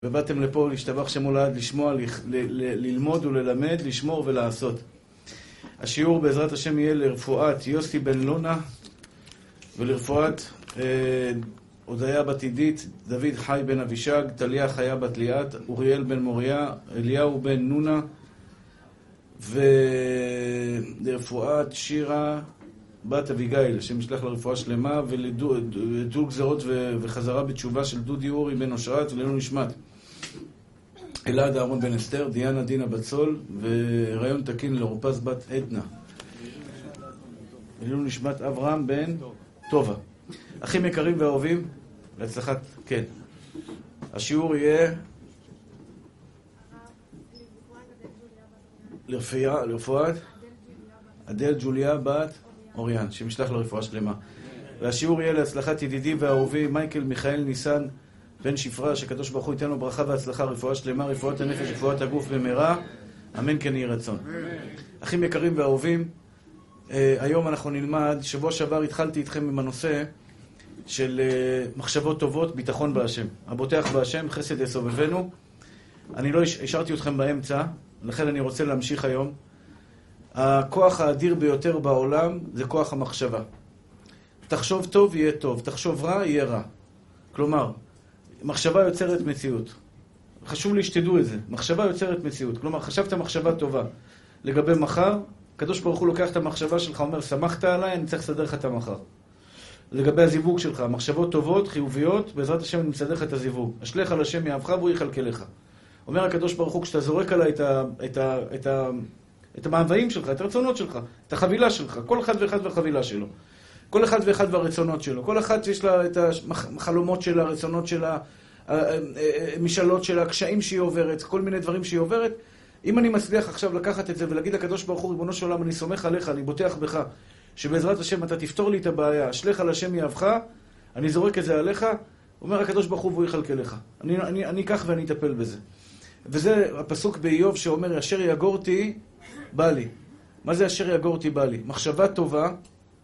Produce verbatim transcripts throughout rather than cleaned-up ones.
ובאתם לפה להשתבח שם הולד, לשמוע, ל- ל- ללמוד וללמד, לשמור ולעשות. השיעור בעזרת השם יהיה לרפואת יוסי בן לונה ולרפואת אה, הודיה בת עידית, דוד חי בן אבישג, טליה חיה בת ליאת, אוריאל בן מוריה, אליהו בן נונה, ולרפואת שירה בת אביגיל, שמשלח לרפואה שלמה, ולדו גזרות וחזרה בתשובה של דודי אורי בן אושרת ולנו נשמת אלעד אהרון בן אסתר, דיאנה דינה בצול, ורעיון תקין לאורפז בת עדנה. ולנו נשמת אברהם בן טובה. אחים יקרים ואהובים, להצלחת, כן. השיעור יהיה לרפואה, לרפואת אדל ג'וליה בת אוריאן, שמשלח לרפואה שלמה. והשיעור יהיה להצלחת ידידי ואהובי מייקל מיכאל ניסן בן שפרה, שקדוש ברוך הוא ייתן לו ברכה והצלחה, רפואה שלמה, רפואת הנפש, רפואת הגוף במהרה, אמן כן יהי רצון. אחים יקרים ואהובים, היום אנחנו נלמד, שבוע שעבר התחלתי איתכם עם הנושא של מחשבות טובות, ביטחון בהשם. הבוטח בהשם, חסד יסובבנו. אני לא השארתי אתכם באמצע, לכן אני רוצה להמשיך היום. הכוח האדיר ביותר בעולם זה כוח המחשבה. תחשוב טוב יהיה טוב, תחשוב רע יהיה רע. כלומר, מחשבה יוצרת מציאות. חשוב לי שתדעו את זה. מחשבה יוצרת מציאות. כלומר, חשבת מחשבה טובה לגבי מחר, הקדוש ברוך הוא לוקח את המחשבה שלך, אומר, שמחת עליי, אני צריך לסדר לך את המחר. לגבי הזיווג שלך, מחשבות טובות, חיוביות, בעזרת השם אני מסדר לך את הזיווג. אשליך על השם יאהבך והוא יכלכלך. אומר הקדוש ברוך הוא, כשאתה זורק עליי את ה, את ה, את ה, את המאוויים שלך, את הרצונות שלך, את החבילה שלך, כל אחד ואחד והחבילה שלו. כל אחד ואחד והרצונות שלו. כל אחד שיש לה את החלומות שלה, הרצונות שלה, המשאלות שלה, הקשיים שהיא עוברת, כל מיני דברים שהיא עוברת. אם אני מצליח עכשיו לקחת את זה ולהגיד לקדוש ברוך הוא, ריבונו של עולם, אני סומך עליך, אני בוטח בך, שבעזרת השם אתה תפתור לי את הבעיה, אשליך על השם יאהבך, אני זורק את זה עליך, אומר הקדוש ברוך הוא והוא יכלכלך. אני, אני, אני אקח ואני אטפל בזה. וזה הפסוק באיוב שאומר, אשר יגורתי בא לי. מה זה אשר יגורתי בא לי? מחשבה טובה,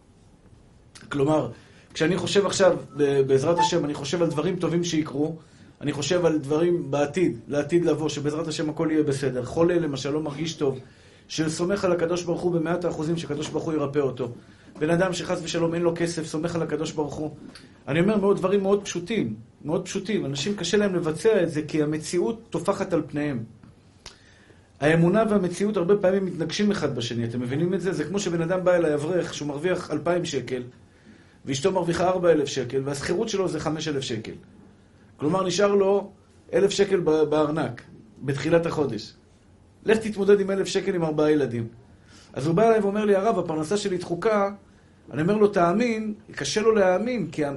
כלומר, כשאני חושב עכשיו, בעזרת השם, אני חושב על דברים טובים שיקרו, אני חושב על דברים בעתיד, לעתיד לבוא, שבעזרת השם הכל יהיה בסדר. חולה למשל לא מרגיש טוב, שסומך על הקדוש ברוך הוא במאת האחוזים שקדוש ברוך הוא ירפא אותו. בן אדם שחס ושלום אין לו כסף, סומך על הקדוש ברוך הוא. אני אומר מאוד דברים מאוד פשוטים, מאוד פשוטים. אנשים קשה להם לבצע את זה כי המציאות תופחת על פניהם. האמונה והמציאות הרבה פעמים מתנגשים אחד בשני, אתם מבינים את זה? זה כמו שבן אדם בא אל האברך שהוא מרוויח אלפיים שקל, ואשתו מרוויחה ארבע אלף שקל, והשכירות שלו זה חמש אלף שקל. כלומר, נשאר לו אלף שקל בארנק, בתחילת החודש. לך תתמודד עם אלף שקל עם ארבעה ילדים. אז הוא בא אליי ואומר לי, הרב, הפרנסה שלי דחוקה, אני אומר לו, תאמין, קשה לו להאמין, כי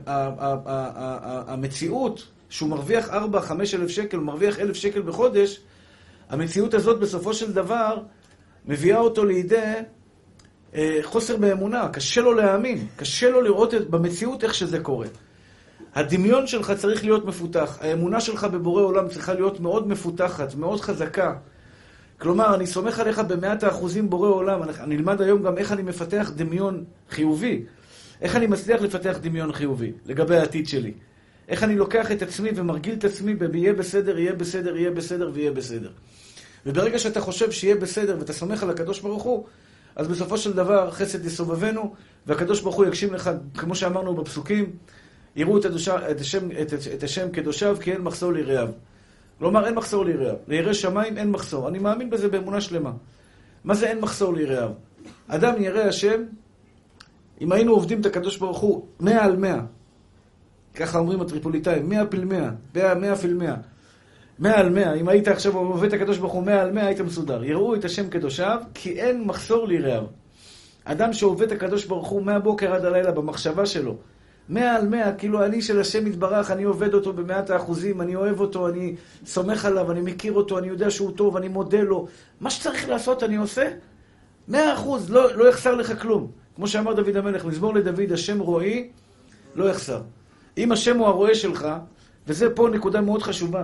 המציאות שהוא מרוויח ארבע, חמש אלף שקל, הוא מרוויח אלף שקל בחודש, המציאות הזאת בסופו של דבר מביאה אותו לידי חוסר באמונה, קשה לו להאמין, קשה לו לראות במציאות איך שזה קורה. הדמיון שלך צריך להיות מפותח, האמונה שלך בבורא עולם צריכה להיות מאוד מפותחת, מאוד חזקה. כלומר, אני סומך עליך במאת האחוזים בורא עולם, אני נלמד היום גם איך אני מפתח דמיון חיובי, איך אני מצליח לפתח דמיון חיובי לגבי העתיד שלי. איך אני לוקח את עצמי ומרגיל את עצמי ביהיה בסדר, יהיה בסדר, יהיה בסדר ויהיה בסדר. וברגע שאתה חושב שיהיה בסדר ואתה סומך על הקדוש ברוך הוא, אז בסופו של דבר חסד יסובבנו, והקדוש ברוך הוא יגשים לך, כמו שאמרנו בפסוקים, יראו את, הדושה, את, השם, את, את השם כדושיו, כי אין מחסור ליראיו. כלומר, אין מחסור ליראיו. ליראי שמיים אין מחסור. אני מאמין בזה באמונה שלמה. מה זה אין מחסור ליראיו? אדם ירא השם, אם היינו עובדים את הקדוש ברוך הוא, מאה על מאה, ככה אומרים הטריפוליטאים, מאה פיל מאה, מאה פיל מאה. מאה על מאה, אם היית עכשיו עובד את הקדוש ברוך הוא מאה על מאה, היית מסודר. יראו את השם קדושיו, כי אין מחסור ליראיו. אדם שעובד את הקדוש ברוך הוא מהבוקר עד הלילה במחשבה שלו, מאה על מאה, כאילו אני של השם יתברך, אני עובד אותו במאת האחוזים, אני אוהב אותו, אני סומך עליו, אני מכיר אותו, אני יודע שהוא טוב, אני מודה לו. מה שצריך לעשות אני עושה? מאה אחוז, לא, לא יחסר לך כלום. כמו שאמר דוד המלך, מזמור לדוד, השם רואי, לא יחסר. אם השם הוא הרואה שלך, וזה פה נקודה מאוד חשובה,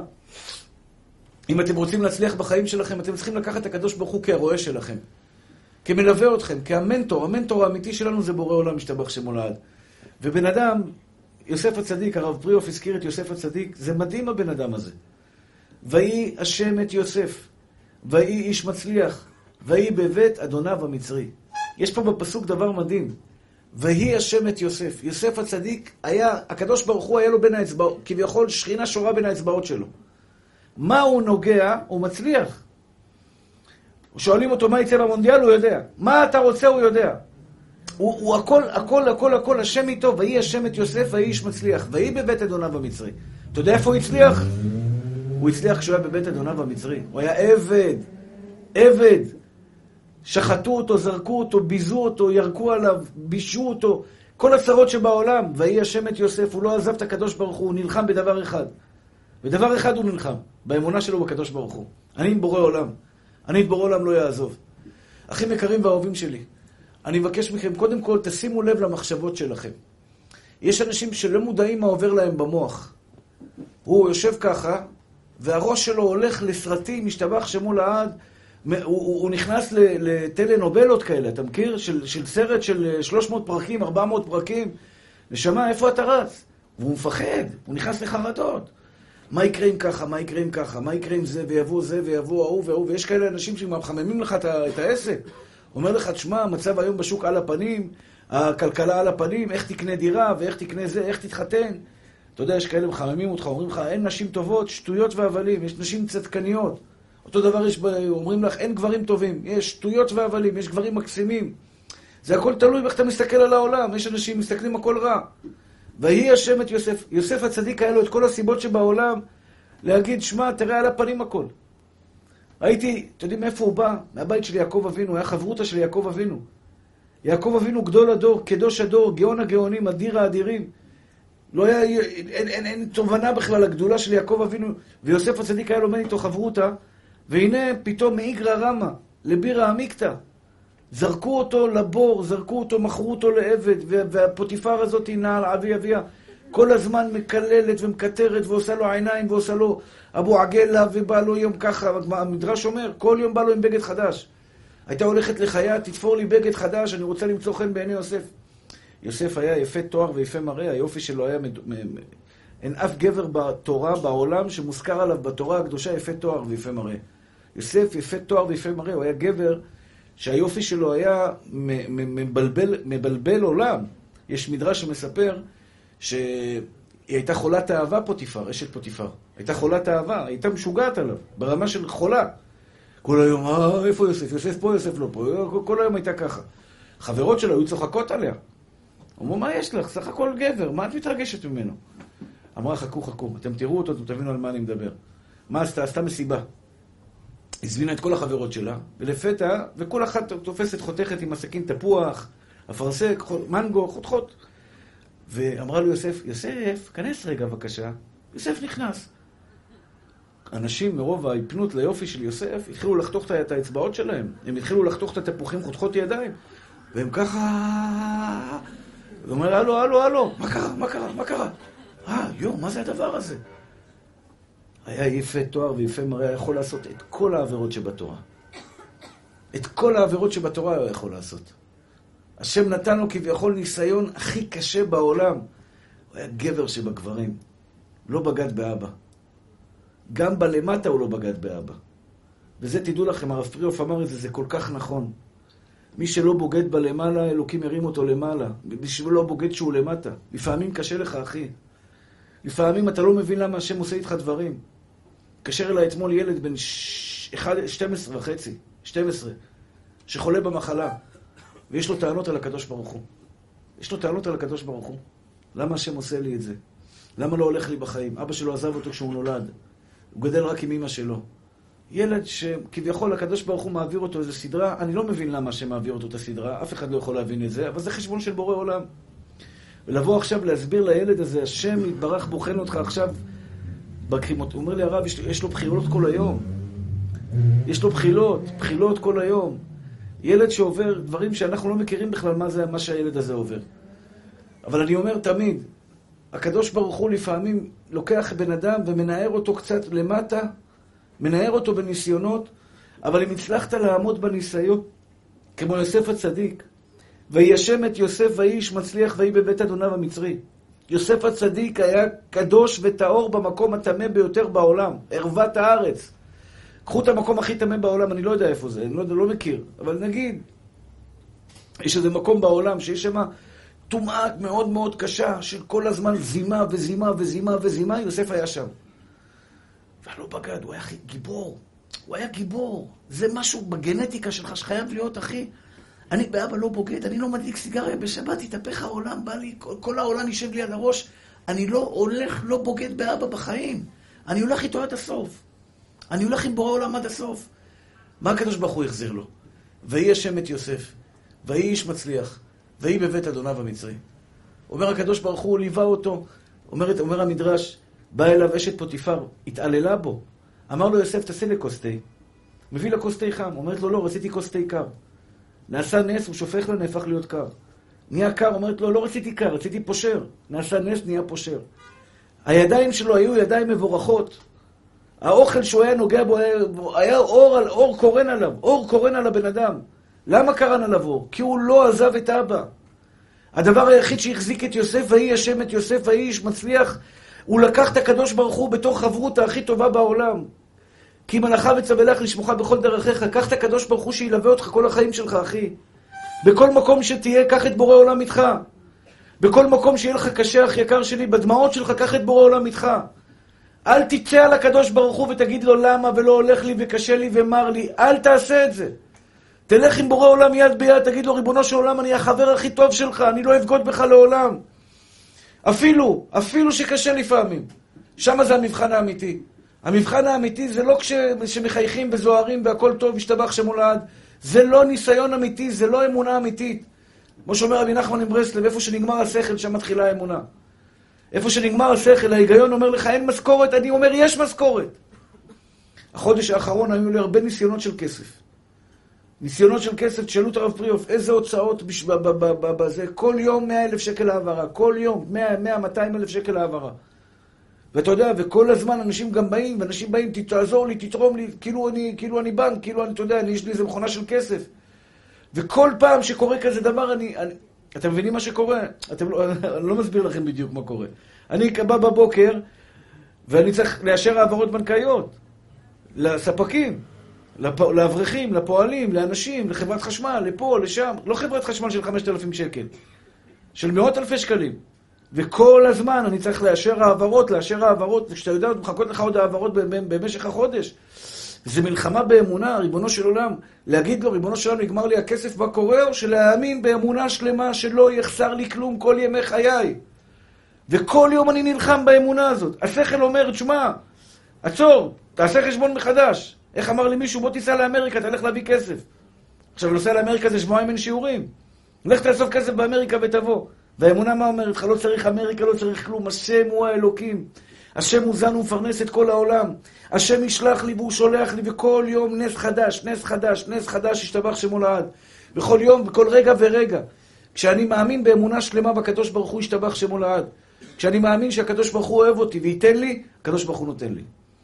אם אתם רוצים להצליח בחיים שלכם, אתם צריכים לקחת את הקדוש ברוך הוא כהרואה שלכם. כמלווה אתכם, כהמנטור. המנטור האמיתי שלנו זה בורא עולם משתבח שמו לעד. ובן אדם, יוסף הצדיק, הרב פריאוף הזכיר את יוסף הצדיק, זה מדהים הבן אדם הזה. ויהי השם את יוסף, ויהי איש מצליח, ויהי בבית אדוניו המצרי. יש פה בפסוק דבר מדהים. ויהי השם את יוסף. יוסף הצדיק היה, הקדוש ברוך הוא היה לו בין האצבעות, כביכול שכינה שורה בין האצבעות שלו. מה הוא נוגע? הוא מצליח. שואלים אותו מה יצא במונדיאל, הוא יודע. מה אתה רוצה, הוא יודע. הוא, הוא הכל, הכל, הכל, הכל, השם איתו. ויהי השם את יוסף, ויהי איש מצליח. ויהי בבית אדוניו המצרי. אתה יודע איפה הוא הצליח? הוא הצליח כשהוא היה בבית אדוניו המצרי. הוא היה עבד. עבד. שחטו אותו, זרקו אותו, ביזו אותו, ירקו עליו, בישו אותו. כל הצרות שבעולם. ויהי השם את יוסף. הוא לא עזב את הקדוש ברוך הוא. הוא נלחם בדבר אחד. בדבר אחד הוא נלחם. באמונה שלו בקדוש ברוך הוא. אני עם בורא עולם. אני את בורא עולם לא יעזוב. אחים יקרים ואהובים שלי, אני מבקש מכם, קודם כל, תשימו לב למחשבות שלכם. יש אנשים שלא מודעים מה עובר להם במוח. הוא יושב ככה, והראש שלו הולך לסרטים, משתבח שמו לעד, הוא, הוא, הוא נכנס לטלנובלות כאלה, אתה מכיר? של, של סרט של שלוש מאות פרקים, ארבע מאות פרקים. נשמה, איפה אתה רץ? והוא מפחד, הוא נכנס לחרדות. מה יקרה אם ככה, מה יקרה אם ככה, מה יקרה אם זה, ויבוא זה, ויבוא ההוא והוא, ויש כאלה אנשים שמחממים לך את העסק. אומר לך, תשמע, המצב היום בשוק על הפנים, הכלכלה על הפנים, איך תקנה דירה, ואיך תקנה זה, איך תתחתן. אתה יודע, יש כאלה מחממים אותך, אומרים לך, אין נשים טובות, שטויות והבלים, יש נשים צדקניות. אותו דבר יש, אומרים לך, אין גברים טובים, יש שטויות והבלים, יש גברים מקסימים. זה הכל תלוי באיך אתה מסתכל על העולם, יש אנשים מסתכלים הכל רע. ויהי השם את יוסף. יוסף הצדיק היה לו את כל הסיבות שבעולם להגיד, שמע, תראה על הפנים הכל. ראיתי, אתם יודעים מאיפה הוא בא? מהבית של יעקב אבינו, היה חברותה של יעקב אבינו. יעקב אבינו גדול הדור, קדוש הדור, גאון הגאונים, אדיר האדירים. לא היה, אין, אין, אין, אין תובנה בכלל הגדולה של יעקב אבינו, ויוסף הצדיק היה לומד איתו חברותה, והנה פתאום מאיגרא רמא, לבירא עמיקתא. זרקו אותו לבור, זרקו אותו, מכרו אותו לעבד, והפוטיפר הזאת היא נעל אבי אביה. כל הזמן מקללת ומקטרת ועושה לו עיניים ועושה לו אבו עגלה, ובא לו יום ככה. המדרש אומר, כל יום בא לו עם בגד חדש. הייתה הולכת לחיה, תתפור לי בגד חדש, אני רוצה למצוא חן בעיני יוסף. יוסף היה יפה תואר ויפה מראה, היופי שלו היה... מד... אין אף גבר בתורה, בעולם, שמוזכר עליו בתורה הקדושה יפה תואר ויפה מראה. יוסף יפה תואר ויפה מראה, הוא היה גבר שהיופי שלו היה מבלבל, מבלבל עולם. יש מדרש שמספר שהיא הייתה חולת אהבה פוטיפר, אשת פוטיפר. הייתה חולת אהבה, הייתה משוגעת עליו, ברמה של חולה. כל היום, אה, איפה יוסף? יוסף פה, יוסף לא פה. כל היום הייתה ככה. חברות שלו היו צוחקות עליה. אמרו, מה יש לך? סך הכל גבר, מה את מתרגשת ממנו? אמרה, חכו, חכו, אתם תראו אותו, אתם תבינו על מה אני מדבר. מה עשתה? עשתה מסיבה. הזמינה את כל החברות שלה, ולפתע, וכל אחת תופסת חותכת עם הסכין תפוח, אפרסק, מנגו, חותכות. ואמרה לו יוסף, יוסף, כנס רגע בבקשה. יוסף נכנס. אנשים מרוב ההיפנות ליופי של יוסף, התחילו לחתוך את האצבעות שלהם. הם התחילו לחתוך את התפוחים, חותכות ידיים. והם ככה... הוא אומר, הלו, הלו, הלו, מה קרה, מה קרה, מה קרה? אה, יו, מה זה הדבר הזה? היה יפה תואר ויפה מראה, יכול לעשות את כל העבירות שבתורה. את כל העבירות שבתורה הוא יכול לעשות. השם נתן לו כביכול ניסיון הכי קשה בעולם. הוא היה גבר שבגברים. לא בגד באבא. גם בלמטה הוא לא בגד באבא. וזה תדעו לכם, הרב פריאוף אמר את זה, זה כל כך נכון. מי שלא בוגד בלמעלה, אלוקים ירים אותו למעלה. מי שלא בוגד שהוא למטה. לפעמים קשה לך, אחי. לפעמים אתה לא מבין למה השם עושה איתך דברים. קשר אליי אתמול ילד בן שתים עשרה וחצי, שתים עשרה, שחולה במחלה, ויש לו טענות על הקדוש ברוך הוא. יש לו טענות על הקדוש ברוך הוא. למה השם עושה לי את זה? למה לא הולך לי בחיים? אבא שלו עזב אותו כשהוא נולד. הוא גדל רק עם אמא שלו. ילד שכביכול הקדוש ברוך הוא מעביר אותו איזו סדרה, אני לא מבין למה השם מעביר אותו את הסדרה, אף אחד לא יכול להבין את זה, אבל זה חשבון של בורא עולם. ולבוא עכשיו להסביר לילד הזה, השם יתברך בוחן אותך עכשיו בקרימות. הוא אומר לי, הרב, יש, יש לו בחילות כל היום. יש לו בחילות, בחילות כל היום. ילד שעובר דברים שאנחנו לא מכירים בכלל מה זה, מה שהילד הזה עובר. אבל אני אומר תמיד, הקדוש ברוך הוא לפעמים לוקח בן אדם ומנער אותו קצת למטה, מנער אותו בניסיונות, אבל אם הצלחת לעמוד בניסיון, כמו יוסף הצדיק, וישם את יוסף ויהי איש מצליח ויהי בבית אדוניו המצרי. יוסף הצדיק היה קדוש וטהור במקום הטמא ביותר בעולם, ערוות הארץ. קחו את המקום הכי טמא בעולם, אני לא יודע איפה זה, אני לא, לא מכיר, אבל נגיד, יש איזה מקום בעולם שיש שם טומאה מאוד מאוד קשה, של כל הזמן זימה וזימה וזימה וזימה, יוסף היה שם. ולא בגד, הוא היה גיבור, הוא היה גיבור. זה משהו בגנטיקה שלך שחייב להיות, אחי. אני באבא לא בוגד, אני לא מדליק סיגריה בשבת, התהפך העולם, בא לי, כל, כל העולם יישב לי על הראש. אני לא הולך, לא בוגד באבא בחיים. אני הולך איתו עד הסוף. אני הולך עם בורא עולם עד הסוף. מה הקדוש ברוך הוא יחזיר לו? ויהי השם את יוסף, ויהי איש מצליח, ויהי בבית אדוניו המצרי. אומר הקדוש ברוך הוא, ליווה אותו, אומר, אומר המדרש, בא אליו אשת פוטיפר, התעללה בו. אמר לו יוסף, תעשה לי כוס תה. מביא לה כוס תה חם. אומרת לו, לא, רציתי כוס תה קר. נעשה נס, הוא שופך לה, נהפך להיות קר. נהיה קר, אומרת לו, לא רציתי קר, רציתי פושר. נעשה נס, נהיה פושר. הידיים שלו היו ידיים מבורכות. האוכל שהוא היה נוגע בו, היה, היה אור, אור קורן עליו, אור קורן על הבן אדם. למה קרן עליו אור? כי הוא לא עזב את אבא. הדבר היחיד שהחזיק את יוסף, ויהי השם את יוסף, ויהי איש מצליח, הוא לקח את הקדוש ברוך הוא בתור חברות הכי טובה בעולם. כי מלאכה וצוולך לשמוך בכל דרכיך, קח את הקדוש ברוך הוא שילווה אותך כל החיים שלך, אחי. בכל מקום שתהיה, קח את בורא עולם איתך. בכל מקום שיהיה לך קשה, אח יקר שלי, בדמעות שלך, קח את בורא עולם איתך. אל תצא על הקדוש ברוך הוא ותגיד לו למה ולא הולך לי וקשה לי ומר לי. אל תעשה את זה. תלך עם בורא עולם יד ביד, תגיד לו, ריבונו של עולם, אני החבר הכי טוב שלך, אני לא אבגוד בך לעולם. אפילו, אפילו שקשה לפעמים. שם זה המבחן האמיתי. המבחן האמיתי זה לא כשמחייכים וזוהרים והכל טוב, השתבח שמו לעד. זה לא ניסיון אמיתי, זה לא אמונה אמיתית. כמו שאומר רבי נחמן מברסלב, איפה שנגמר השכל, שם מתחילה האמונה. איפה שנגמר השכל, ההיגיון אומר לך, אין משכורת, אני אומר, יש משכורת. החודש האחרון היו לי הרבה ניסיונות של כסף. ניסיונות של כסף, תשאלו את הרב פריאוף, איזה הוצאות בזה, כל יום מאה אלף שקל העברה, כל יום מאה מאתיים אלף שקל העברה. ואתה יודע, וכל הזמן אנשים גם באים, ואנשים באים, תעזור לי, תתרום לי, כאילו אני, כאילו אני בנק, כאילו אני, אתה יודע, אני, יש לי איזה מכונה של כסף. וכל פעם שקורה כזה דבר, אני, אני אתם מבינים מה שקורה? אתם לא, אני לא מסביר לכם בדיוק מה קורה. אני בא בבוקר, ואני צריך לאשר העברות בנקאיות, לספקים. לאברכים, לפועלים, לאנשים, לחברת חשמל, לפה, לשם. לא חברת חשמל של חמשת אלפים שקל, של מאות אלפי שקלים. וכל הזמן אני צריך לאשר העברות, לאשר העברות, וכשאתה יודע, מחכות לך עוד העברות במשך החודש. זה מלחמה באמונה, ריבונו של עולם. להגיד לו, ריבונו של עולם, נגמר לי הכסף, מה קורה? או שלהאמין באמונה שלמה שלא יחסר לי כלום כל ימי חיי. וכל יום אני נלחם באמונה הזאת. השכל אומר, תשמע, עצור, תעשה חשבון מחדש. איך אמר לי מישהו, בוא תיסע לאמריקה, תלך להביא כסף. עכשיו, נוסע לאמריקה זה שבועיים אין שיעורים. לך תאסוף כסף באמריקה ותבוא. והאמונה מה אומרת לך? לא צריך אמריקה, לא צריך כלום. השם הוא האלוקים. השם הוא זן ומפרנס את כל העולם. השם ישלח לי והוא שולח לי, וכל יום נס חדש, נס חדש, נס חדש, ישתבח שמו לעד. בכל יום, בכל רגע ורגע. כשאני מאמין באמונה שלמה בקדוש ברוך הוא, ישתבח שמו לעד. כשאני מאמין שהקדוש ברוך הוא אוהב אותי וייתן לי, הקדוש ברוך הוא נותן לי.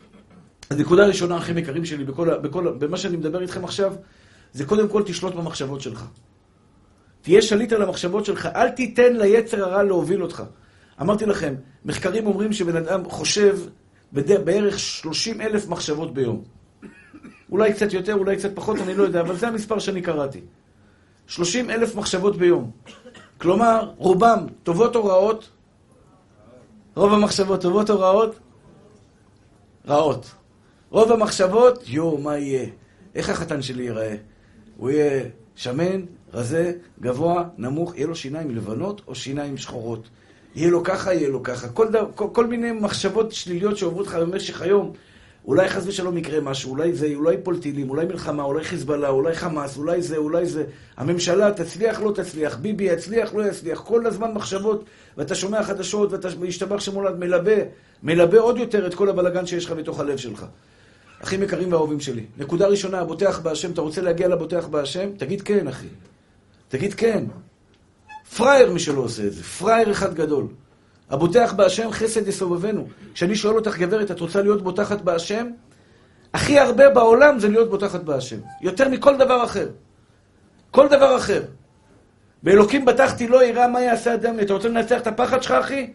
הנקודה הראשונה, אחים יקרים שלי, בכל, בכל, במה שאני מדבר איתכם עכשיו, זה קודם כל תשלוט במחשבות שלך. תהיה שליט על המחשבות שלך, אל תיתן ליצר הרע להוביל אותך. אמרתי לכם, מחקרים אומרים שבן אדם חושב בערך שלושים אלף מחשבות ביום. אולי קצת יותר, אולי קצת פחות, אני לא יודע, אבל זה המספר שאני קראתי. שלושים אלף מחשבות ביום. כלומר, רובם טובות או רעות? רוב המחשבות טובות או רעות? רעות. רוב המחשבות, יו, מה יהיה? איך החתן שלי ייראה? הוא יהיה שמן, רזה, גבוה, נמוך, יהיה לו שיניים לבנות או שיניים שחורות. יהיה לו ככה, יהיה לו ככה. כל, דבר, כל, כל מיני מחשבות שליליות שעוברו אותך במשך היום. אולי חס ושלום יקרה משהו, אולי זה, אולי פולטילים, אולי מלחמה, אולי חיזבאללה, אולי חמאס, אולי זה, אולי זה. הממשלה תצליח, לא תצליח, ביבי יצליח, לא יצליח. כל הזמן מחשבות, ואתה שומע חדשות, ואתה משתבח שמולד, מלווה, מלווה עוד יותר את כל הבלגן שיש לך בתוך הלב שלך. אחים יקרים והאהובים שלי. נקודה ראשונה, הבוטח בהשם, אתה רוצה להגיע לבוטח בהשם? תגיד כן, אחי. תגיד כן. פרייר מי שלא עושה את זה. פרייר אחד גדול. הבוטח בהשם חסד יסובבנו. כשאני שואל אותך, גברת, את רוצה להיות בוטחת בהשם? הכי הרבה בעולם זה להיות בוטחת בהשם. יותר מכל דבר אחר. כל דבר אחר. באלוקים בטחתי לא יראה מה יעשה אדם לי. אתה רוצה לנצח את הפחד שלך, אחי?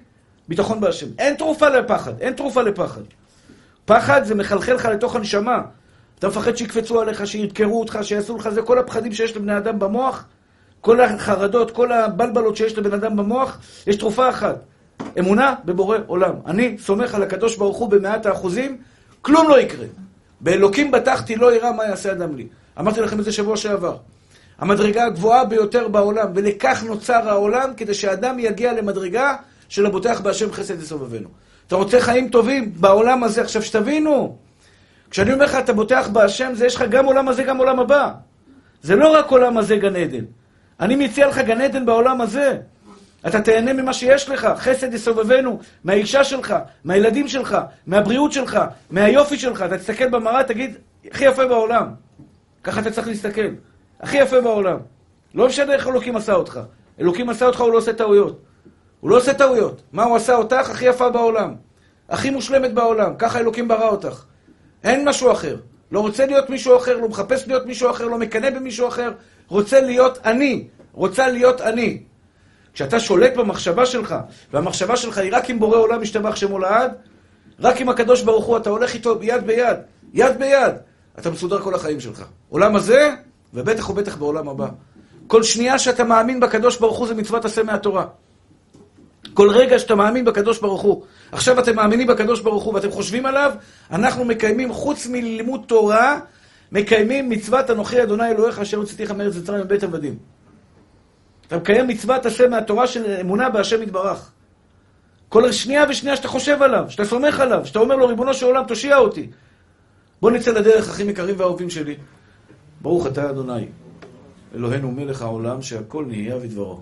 ביטחון בהשם. אין תרופה לפחד, אין תרופה לפחד. פחד זה מחלחל לך לתוך הנשמה. אתה מפחד שיקפצו עליך, שידקרו אותך, שיעשו לך, זה כל הפחדים שיש לבני אדם במוח, כל החרדות, כל הבלבלות שיש לבן אדם במוח, יש תרופה אחת. אמונה בבורא עולם. אני סומך על הקדוש ברוך הוא במאת האחוזים, כלום לא יקרה. באלוקים בטחתי לא יראה מה יעשה אדם לי. אמרתי לכם את זה שבוע שעבר. המדרגה הגבוהה ביותר בעולם, ולכך נוצר העולם, כדי שאדם יגיע למדרגה של הבוטח בהשם חסד יסובבנו. אתה רוצה חיים טובים בעולם הזה? עכשיו שתבינו, כשאני אומר לך אתה בוטח בהשם, זה יש לך גם עולם הזה, גם עולם הבא. זה לא רק עולם הזה גן עדן. אני מציע לך גן עדן בעולם הזה. אתה תהנה ממה שיש לך, חסד יסובבנו, מהאישה שלך, מהילדים שלך, מהבריאות שלך, מהיופי שלך. אתה תסתכל במראה, תגיד, הכי יפה בעולם. ככה אתה צריך להסתכל. הכי יפה בעולם. לא משנה איך אלוקים עשה אותך. אלוקים עשה אותך, הוא לא עושה טעויות. הוא לא עושה טעויות. מה הוא עשה אותך? הכי יפה בעולם. הכי מושלמת בעולם. ככה אלוקים ברא אותך. אין משהו אחר. לא רוצה להיות מישהו אחר, לא מחפש להיות מישהו אחר, לא מקנא במישהו אחר. רוצה להיות אני. רוצה להיות אני. כשאתה שולט במחשבה שלך, והמחשבה שלך היא רק עם בורא עולם משתבח שמו לעד, רק עם הקדוש ברוך הוא, אתה הולך איתו יד ביד, יד ביד, אתה מסודר כל החיים שלך. עולם הזה, ובטח ובטח בעולם הבא. כל שנייה שאתה מאמין בקדוש ברוך הוא זה מצוות עשה מהתורה. כל רגע שאתה מאמין בקדוש ברוך הוא. עכשיו אתם מאמינים בקדוש ברוך הוא ואתם חושבים עליו, אנחנו מקיימים חוץ מלימוד תורה, מקיימים מצוות אנוכי אדוני אלוהיך אשר הוצאתיך מארץ מצרים מבית עבדים. אתה מקיים מצוות עשה מהתורה של אמונה בהשם יתברך. כל שנייה ושנייה שאתה חושב עליו, שאתה סומך עליו, שאתה אומר לו ריבונו של עולם תושיע אותי. בוא נצא לדרך אחים יקרים ואהובים שלי. ברוך אתה אדוני אלוהינו מלך העולם שהכל נהיה בדברו.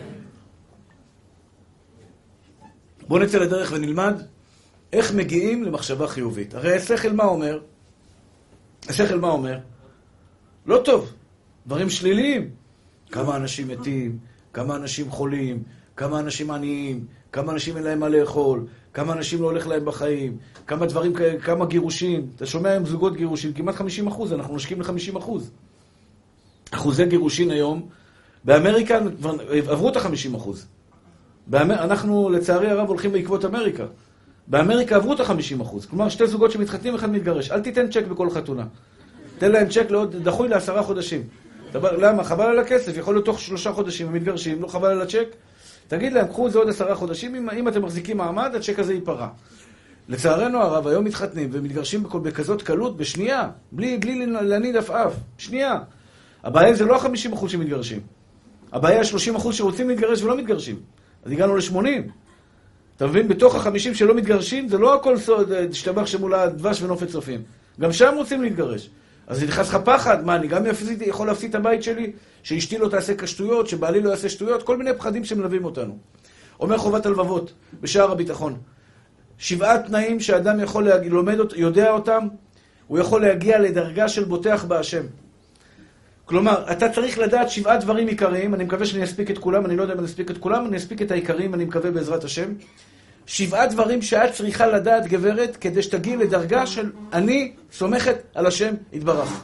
בוא נצא לדרך ונלמד איך מגיעים למחשבה חיובית. הרי השכל מה אומר? השכל מה אומר? לא טוב, דברים שליליים. כמה אנשים מתים, כמה אנשים חולים, כמה אנשים עניים, כמה אנשים אין להם מה לאכול, כמה אנשים לא הולך להם בחיים, כמה דברים, כמה גירושים. אתה שומע היום זוגות גירושים, כמעט חמישים אחוז, אנחנו נשקים ל-חמישים אחוז. אחוזי גירושין היום, באמריקה עברו את ה-חמישים אחוז. באמר... אנחנו לצערי הרב הולכים בעקבות אמריקה. באמריקה עברו את ה-חמישים אחוז. כלומר, שתי זוגות שמתחתנים, אחד מתגרש. אל תיתן צ'ק בכל חתונה. תן להם צ'ק לעוד דחוי לעשרה חודשים. למה? חבל על הכסף. יכול להיות תוך שלושה חודשים הם מתגרשים, לא חבל על הצ'ק. תגיד להם, קחו את זה עוד עשרה חודשים, אם, אם אתם מחזיקים מעמד, הצ'ק הזה ייפרע. לצערנו הרב, היום מתחתנים ומתגרשים בכל, בכזאת קלות, בשנייה, בלי, בלי להניד עפעף. שנייה. הבעיה זה לא ה-חמישים אחוז שמתגרשים. הבעיה ה-שלושים אחוז שרוצים להתגרש ולא מתגרשים. אז הגענו ל-שמונים. אתה מבין? בתוך ה-חמישים שלא מתגרשים, זה לא הכל סוד, תשתבח שמולה דבש ונופת צופים. גם שם רוצים להתגרש. אז זה נכנס לך פחד, מה, אני גם יפסיד, יכול להפסיד את הבית שלי, שאשתי לא תעשה כשטויות, שבעלי לא יעשה שטויות, כל מיני פחדים שמלווים אותנו. אומר חובת הלבבות, בשער הביטחון. שבעה תנאים שאדם יכול להגיע, לומד, יודע אותם, הוא יכול להגיע לדרגה של בוטח בהשם. כלומר, אתה צריך לדעת שבעה דברים עיקריים, אני מקווה שאני אספיק את כולם, אני לא יודע אם אני אספיק את כולם, אני אספיק את העיקריים, אני מקווה בעזרת השם. שבעה דברים שאת צריכה לדעת, גברת, כדי שתגיעי לדרגה של אני סומכת על השם יתברך.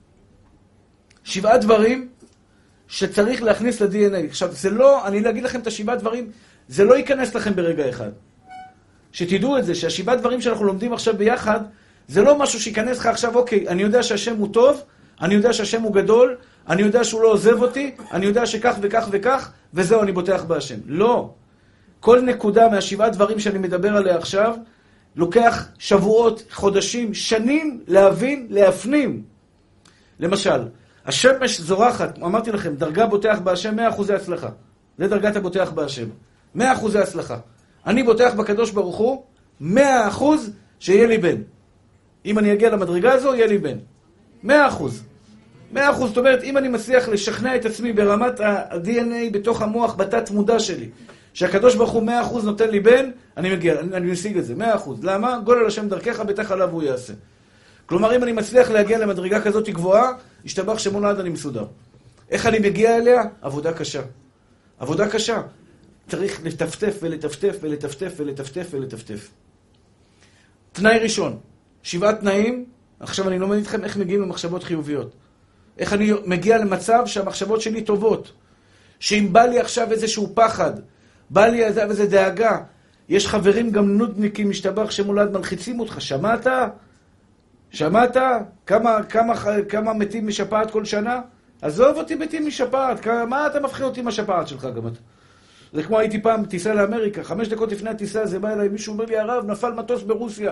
שבעה דברים שצריך להכניס ל-די אן איי. עכשיו, זה לא, אני אגיד לכם את השבעה דברים, זה לא ייכנס לכם ברגע אחד. שתדעו את זה, שהשבעה דברים שאנחנו לומדים עכשיו ביחד, זה לא משהו שיכנס לך עכשיו, אוקיי, אני יודע שהשם הוא טוב, אני יודע שהשם הוא גדול, אני יודע שהוא לא עוזב אותי, אני יודע שכך וכך וכך, וזהו, אני בוטח בהשם. לא. כל נקודה מהשבעה דברים שאני מדבר עליה עכשיו, לוקח שבועות, חודשים, שנים להבין, להפנים. למשל, השמש זורחת, אמרתי לכם, דרגה בוטח בהשם, מאה אחוזי הצלחה. זה דרגת הבוטח בהשם. מאה אחוזי הצלחה. אני בוטח בקדוש ברוך הוא, מאה אחוז שיהיה לי בן. אם אני אגיע למדרגה הזו, יהיה לי בן. מאה אחוז. מאה אחוז, זאת אומרת, אם אני מצליח לשכנע את עצמי ברמת ה-די אן איי בתוך המוח, בתת מודע שלי, שהקדוש ברוך הוא מאה אחוז נותן לי בן, אני מגיע, אני, אני משיג את זה, מאה אחוז. למה? גול על השם דרכך, בטח עליו הוא יעשה. כלומר, אם אני מצליח להגיע למדרגה כזאת גבוהה, ישתבח שמו לעד אני מסודר. איך אני מגיע אליה? עבודה קשה. עבודה קשה. צריך לטפטף ולטפטף ולטפטף ולטפטף ולטפטף. תנאי ראשון, שבעה תנאים, עכשיו אני לומד איתכם איך מגיעים למחשבות חיוביות. איך אני מגיע למצב שהמחשבות שלי טובות. שאם בא לי עכשיו איזשהו פחד, בא לי איזו דאגה, יש חברים גם נודניקים, משתבח שמולד, מלחיצים אותך. שמעת? שמעת? כמה, כמה, כמה מתים משפעת כל שנה? עזוב אותי מתים משפעת. מה אתה מפחיד אותי מהשפעת שלך גם אתה? זה כמו הייתי פעם טיסה לאמריקה. חמש דקות לפני הטיסה זה בא אליי, מישהו אומר לי, הרב, נפל מטוס ברוסיה.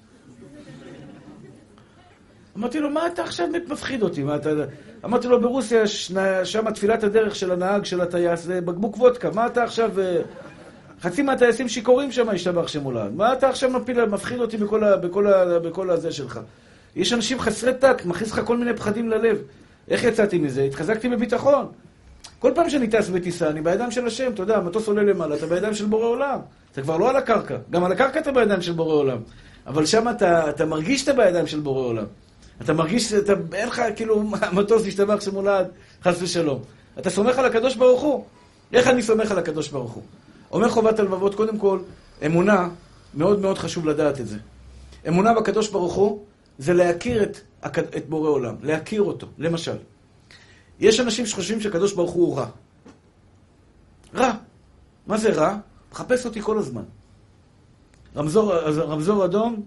אמרתי לו, מה אתה עכשיו מפחיד אותי? מה אתה... אמרתי לו, ברוסיה, שם תפילת הדרך של הנהג, של הטייס, זה בקבוק וודקה. מה אתה עכשיו... חצי מהטייסים שיכורים שם, השתבח שמולד. מה אתה עכשיו מפיל, מפחיד אותי בכל, ה... בכל, ה... בכל הזה שלך? יש אנשים חסרי טק, מכניס לך כל מיני פחדים ללב. איך יצאתי מזה? התחזקתי בביטחון. כל פעם שאני טס בטיסה, אני בידיים של השם, אתה יודע, המטוס עולה למעלה, אתה בידיים של בורא עולם. אתה כבר לא על הקרקע. גם על הקרקע אתה בידיים של בורא עולם. אבל שם אתה, אתה מרגיש שאתה בידיים של בורא עולם. אתה מרגיש שאתה, אין לך, כאילו, המטוס ישתבח שמולד, חס ושלום. אתה סומך על הקדוש ברוך הוא. איך אני סומך על הקדוש ברוך הוא? אומר חובת הלבבות, קודם כל, אמונה, מאוד מאוד חשוב לדעת את זה. אמונה בקדוש ברוך הוא, זה להכיר את, את בורא עולם, להכיר אותו. למשל, יש אנשים שחושבים שהקדוש ברוך הוא רע. רע. מה זה רע? מחפש אותי כל הזמן. רמזור, רמזור אדום,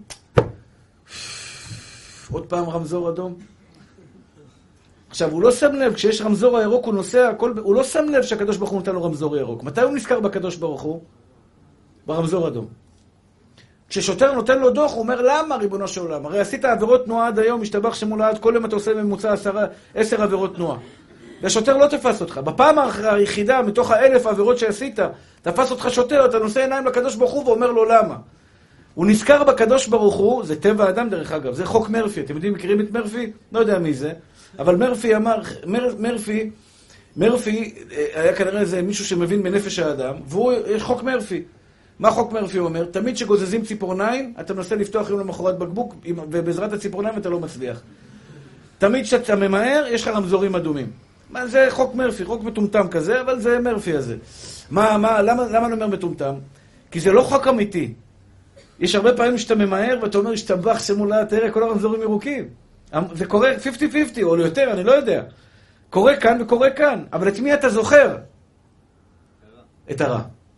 עוד פעם רמזור אדום. עכשיו, הוא לא שם לב, כשיש רמזור הירוק, הוא נוסע, הכל, הוא לא שם לב שהקדוש ברוך הוא נותן לו רמזור ירוק. מתי הוא נזכר בקדוש ברוך הוא? ברמזור אדום. כששוטר נותן לו דוח, הוא אומר, למה ריבונו של עולם? הרי עשית עבירות תנועה עד היום, משתבח שמולד, כל יום אתה עושה ממוצע עשרה, עשר עבירות תנועה. והשוטר לא תפס אותך. בפעם היחידה, מתוך האלף העבירות שעשית, תפס אותך שוטר, אתה נושא עיניים לקדוש ברוך הוא ואומר לו למה. הוא נזכר בקדוש ברוך הוא, זה טבע האדם דרך אגב, זה חוק מרפי. אתם יודעים, מכירים את מרפי? לא יודע מי זה. אבל מרפי אמר, מר, מרפי, מרפי היה כנראה איזה מישהו שמבין בנפש האדם, והוא, יש חוק מרפי. מה חוק מרפי אומר? תמיד שגוזזים ציפורניים, אתה מנסה לפתוח יום למחרת בקבוק, ובעזרת הציפורניים אתה לא מצליח. תמיד שאתה ממהר, יש לך רמזורים אדומים. מה, זה חוק מרפי, חוק מטומטם כזה, אבל זה מרפי הזה. מה, מה, למה, למה אני אומר מטומטם? כי זה לא חוק אמיתי. יש הרבה פעמים שאתה ממהר, ואתה אומר, שתבח שמולה, תראה, כל הרמזורים ירוקים. זה קורה חמישים חמישים, או יותר, אני לא יודע. קורה כאן וקורה כאן. אבל את מי אתה זוכר? את הרע.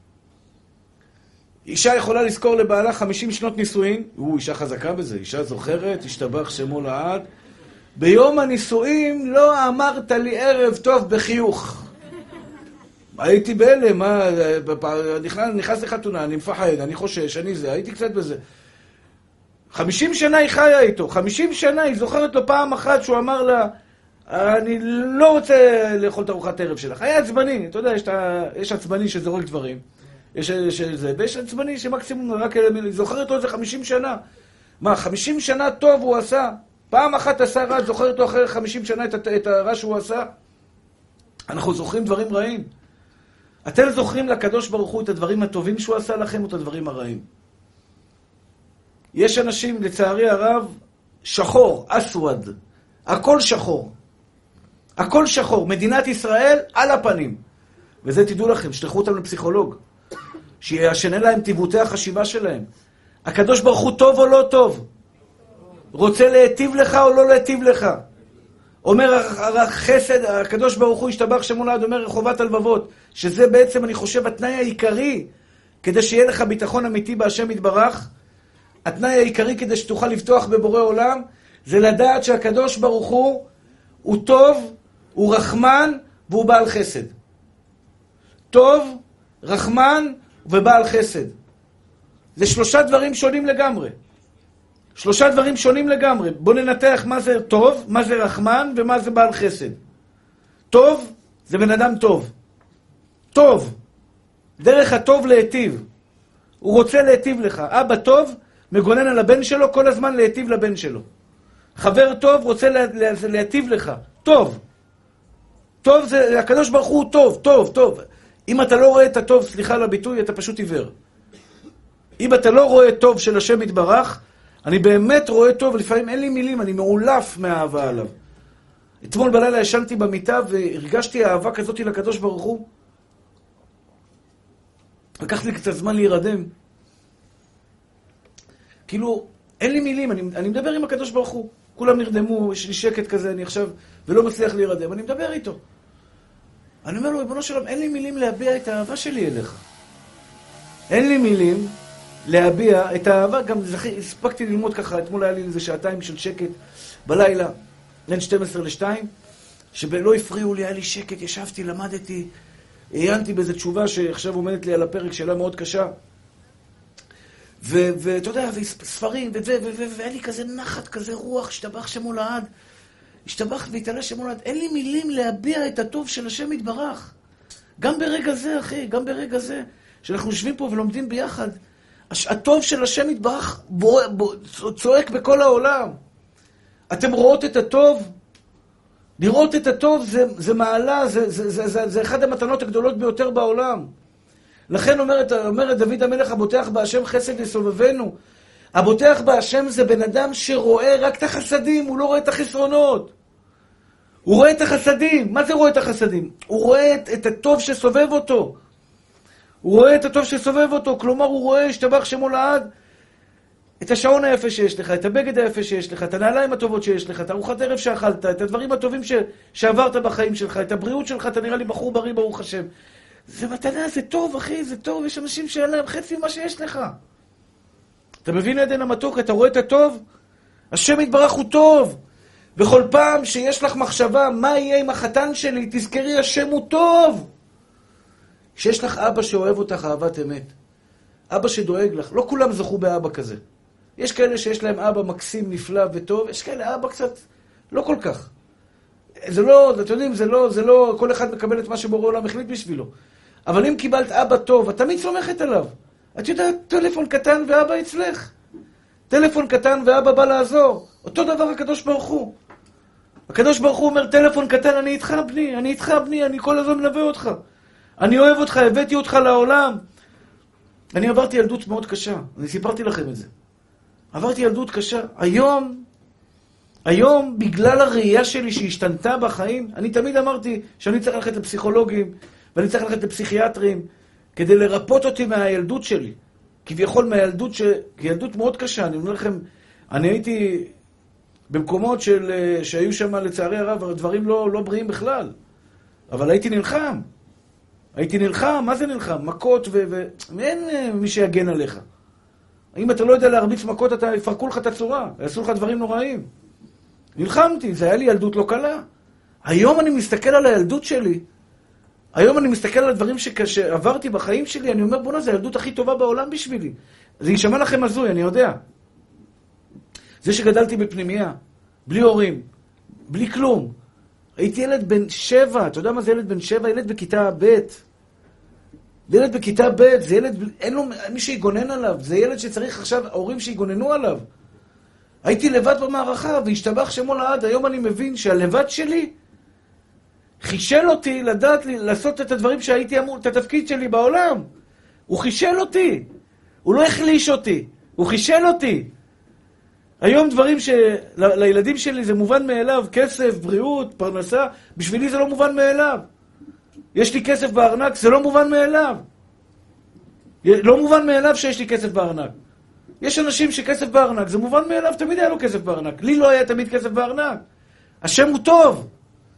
אישה יכולה לזכור לבעלה חמישים שנות נישואין, הוא אישה חזקה בזה, אישה זוכרת, השתבח שמו לעד. ביום הנישואין לא אמרת לי ערב טוב בחיוך. הייתי בהלם, מה, נכנס, נכנס לחתונה, אני מפחד, אני חושש, אני זה, הייתי קצת בזה. חמישים שנה היא חיה איתו, חמישים שנה היא זוכרת לו פעם אחת שהוא אמר לה, אני לא רוצה לאכול את ארוחת ערב שלך. היה עצבני, אתה יודע, יש, יש עצבני שזורק דברים. יש זה, ויש עצבני שמקסימום רק זוכרת לו את זה חמישים שנה. מה, חמישים שנה טוב הוא עשה? פעם אחת עשה רע, זוכרת לו אחרי חמישים שנה את, את הרע שהוא עשה? אנחנו זוכרים דברים רעים. אתם זוכרים לקדוש ברוך הוא את הדברים הטובים שהוא עשה לכם או את הדברים הרעים? יש אנשים, לצערי הרב, שחור, אסווד. הכל שחור. הכל שחור. מדינת ישראל על הפנים. וזה תדעו לכם, שתלכו אותם לפסיכולוג. שישנה להם טיבוטי החשיבה שלהם. הקדוש ברוך הוא טוב או לא טוב? רוצה להיטיב לך או לא להיטיב לך? אומר החסד, הקדוש ברוך הוא השתבח שמולד, אומר חובת הלבבות, שזה בעצם, אני חושב, התנאי העיקרי, כדי שיהיה לך ביטחון אמיתי בהשם יתברך, התנאי העיקרי כדי שתוכל לפתוח בבורא עולם, זה לדעת שהקדוש ברוך הוא, הוא טוב, הוא רחמן, והוא בעל חסד. טוב, רחמן, ובעל חסד. זה שלושה דברים שונים לגמרי. שלושה דברים שונים לגמרי. בואו ננתח מה זה טוב, מה זה רחמן, ומה זה בעל חסד. טוב, זה בן אדם טוב. טוב. דרך הטוב להיטיב. הוא רוצה להיטיב לך. אבא טוב, מגונן על הבן שלו, כל הזמן להיטיב לבן שלו. חבר טוב, רוצה לה, לה, להיטיב לך. טוב. טוב זה, הקדוש ברוך הוא טוב, טוב, טוב. אם אתה לא רואה את הטוב, סליחה על הביטוי, אתה פשוט עיוור. אם אתה לא רואה טוב של השם יתברך, אני באמת רואה טוב, ולפעמים אין לי מילים, אני מעולף מהאהבה עליו. אתמול בלילה ישנתי במיטה והרגשתי אהבה כזאת לקדוש ברוך הוא. לקח לי קצת זמן להירדם. כאילו, אין לי מילים, אני, אני מדבר עם הקדוש ברוך הוא. כולם נרדמו, יש לי שקט כזה, אני עכשיו, ולא מצליח להירדם, אני מדבר איתו. אני אומר לו, ריבונו שלום, אין לי מילים להביע את האהבה שלי אליך. אין לי מילים להביע את האהבה. גם הספקתי ללמוד ככה, אתמול היה לי איזה שעתיים של שקט בלילה, בין שתים עשרה לשתיים, שלא הפריעו לי, היה לי שקט, ישבתי, למדתי, עיינתי באיזו תשובה שעכשיו עומדת לי על הפרק, שאלה מאוד קשה. ואתה יודע, וספרים, והיה לי כזה נחת, כזה רוח, השתבח שמו לעד, השתבח והתעלה שמו לעד. אין לי מילים להביע את הטוב של השם יתברך. גם ברגע זה, אחי, גם ברגע זה, שאנחנו יושבים פה ולומדים ביחד, הטוב של השם יתברך צועק בכל העולם. אתם רואות את הטוב? לראות את הטוב זה, זה מעלה, זה, זה, זה, זה, זה אחד המתנות הגדולות ביותר בעולם. לכן אומרת, אומרת דוד המלך, הבוטח בהשם חסד יסובבנו. הבוטח בהשם זה בן אדם שרואה רק את החסדים, הוא לא רואה את החסרונות. הוא רואה את החסדים. מה זה רואה את החסדים? הוא רואה את, את הטוב שסובב אותו. הוא רואה את הטוב שסובב אותו, כלומר הוא רואה, השתבח שמו לעד, את השעון היפה שיש לך, את הבגד היפה שיש לך, את הנעליים הטובות שיש לך, את ארוחת ערב שאכלת, את הדברים הטובים ש... שעברת בחיים שלך, את הבריאות שלך, אתה נראה לי בחור בריא ברוך השם. זה מתנה, זה טוב אחי, זה טוב, יש אנשים שאין להם חצי מה שיש לך. אתה מבין עדן המתוק, אתה רואה את הטוב? השם יתברך הוא טוב. בכל פעם שיש לך מחשבה, מה יהיה עם החתן שלי, תזכרי, השם הוא טוב. כשיש לך אבא שאוהב אותך אהבת אמת, אבא שדואג לך, לא כולם זכו באבא כזה. יש כאלה שיש להם אבא מקסים, נפלא וטוב, יש כאלה אבא קצת, לא כל כך. זה לא, אתם יודעים, זה לא, זה לא, כל אחד מקבל את מה שבורא עולם החליט בשבילו. אבל אם קיבלת אבא טוב, את תמיד סומכת עליו. את יודעת, טלפון קטן ואבא אצלך. טלפון קטן ואבא בא לעזור. אותו דבר הקדוש ברוך הוא. הקדוש ברוך הוא אומר, טלפון קטן, אני איתך בני, אני איתך בני, אני כל הזמן מלווה אותך. אני אוהב אותך, הבאתי אותך לעולם. אני עברתי ילדות מאוד קשה, אני סיפרתי לכם את זה. עברתי ילדות קשה. היום, היום, בגלל הראייה שלי שהשתנתה בחיים, אני תמיד אמרתי שאני צריך ללכת לפסיכולוגים, ואני צריך ללכת לפסיכיאטרים, כדי לרפות אותי מהילדות שלי. כביכול מהילדות, ש... ילדות מאוד קשה. אני אומר לכם, אני הייתי במקומות של... שהיו שם לצערי הרב, דברים לא, לא בריאים בכלל. אבל הייתי נלחם. הייתי נלחם, מה זה נלחם? מכות ו... ו... אין מי שיגן עליך. אם אתה לא יודע להרביץ מכות, אתה יפרקו לך את הצורה, יעשו לך דברים נוראים. נלחמתי, זה היה לי ילדות לא קלה. היום אני מסתכל על הילדות שלי, היום אני מסתכל על הדברים שעברתי בחיים שלי, אני אומר, בונה, זה הילדות הכי טובה בעולם בשבילי. זה יישמע לכם הזוי, אני יודע. זה שגדלתי בפנימייה, בלי הורים, בלי כלום. הייתי ילד בן שבע, אתה יודע מה זה ילד בן שבע? ילד בכיתה ב'. ילד בכיתה ב', זה ילד, אין לו מי שיגונן עליו, זה ילד שצריך עכשיו ההורים שיגוננו עליו. הייתי לבד במערכה, והשתבח שמו לעד, היום אני מבין שהלבד שלי חישל אותי לדעת לי, לעשות את הדברים שהייתי אמור, את התפקיד שלי בעולם. הוא חישל אותי, הוא לא החליש אותי, הוא חישל אותי. היום דברים שלילדים שלי זה מובן מאליו, כסף, בריאות, פרנסה, בשבילי זה לא מובן מאליו. יש לי כסף בארנק, זה לא מובן מאליו. לא מובן מאליו שיש לי כסף בארנק. יש אנשים שכסף בארנק, זה מובן מאליו, תמיד היה לו כסף בארנק. לי לא היה תמיד כסף בארנק. השם הוא טוב.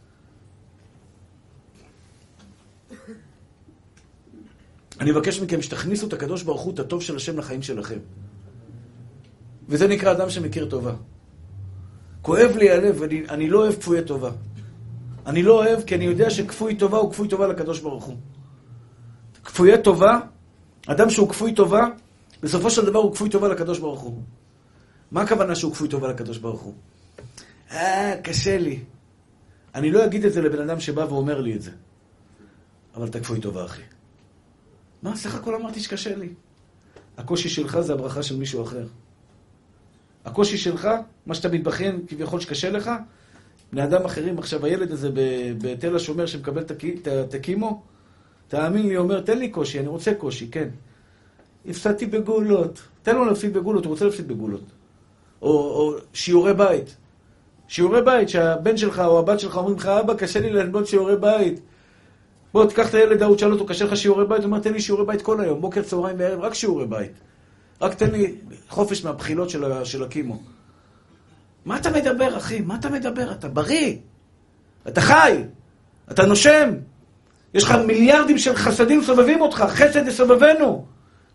אני מבקש מכם שתכניסו את הקדוש ברוך הוא, את הטוב של השם לחיים שלכם. וזה נקרא אדם שמכיר טובה. כואב לי הלב, אני, אני לא אוהב כפויי טובה. אני לא אוהב, כי אני יודע שכפוי טובה הוא כפוי טובה לקדוש ברוך הוא. כפויי טובה, אדם שהוא כפוי טובה, בסופו של דבר הוא כפוי טובה לקדוש ברוך הוא. מה הכוונה שהוא כפוי טובה לקדוש ברוך הוא? אה, קשה לי. אני לא אגיד את זה לבן אדם שבא ואומר לי את זה. אבל אתה כפוי טובה, אחי. מה, סך הכל אמרתי שקשה לי. הקושי שלך זה הברכה של מישהו אחר. הקושי שלך, מה שאתה מתבחן כביכול שקשה לך, בני אדם אחרים, עכשיו הילד הזה בתל השומר שמקבל את הקימו, תאמין לי, אומר, תן לי קושי, אני רוצה קושי, כן. הפסדתי בגולות. תן לו להפסיד בגולות, הוא רוצה להפסיד בגולות. או, או שיעורי בית. שיעורי בית, שהבן שלך או הבת שלך אומרים לך, אבא, קשה לי ללמוד שיעורי בית. בוא, תיקח את הילד, הוא תשאל אותו, קשה לך שיעורי בית? הוא אומר, תן לי שיעורי בית כל היום, בוקר, צהריים וערב, רק שיעורי בית. רק תן לי חופש מהבחילות של, של הקימו. מה אתה מדבר, אחי? מה אתה מדבר? אתה בריא. אתה חי. אתה נושם. יש לך מיליארדים של חסדים סובבים אותך. חסד יסובבנו.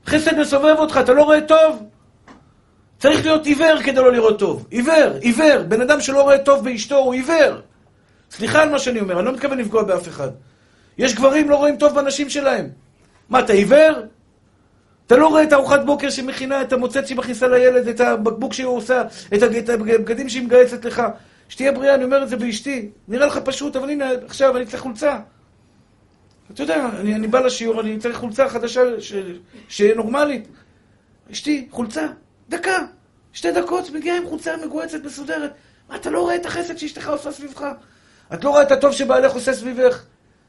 חסד מסובב אותך, אתה לא רואה טוב. צריך להיות עיוור כדי לא לראות טוב. עיוור, עיוור. בן אדם שלא רואה טוב באשתו הוא עיוור. סליחה על מה שאני אומר, אני לא מתכוון לפגוע באף אחד. יש גברים לא רואים טוב בנשים שלהם. מה, אתה עיוור? אתה לא רואה את ארוחת בוקר שמכינה, את המוצץ שמכניסה לילד, את הבקבוק שהיא עושה, את הבגדים שהיא מגייסת לך. שתהיה בריאה, אני אומר את זה באשתי. נראה לך פשוט, אבל הנה, עכשיו אני צריך חולצה. אתה יודע, אני, אני בא לשיעור, אני צריך חולצה חדשה שיהיה נורמלית. אשתי, חולצה, דקה, שתי דקות, מגיעה עם חולצה מגועצת, מסודרת. מה, אתה לא רואה את החסד שאשתך עושה סביבך? את לא רואה את הטוב שבעלך עושה סביבך?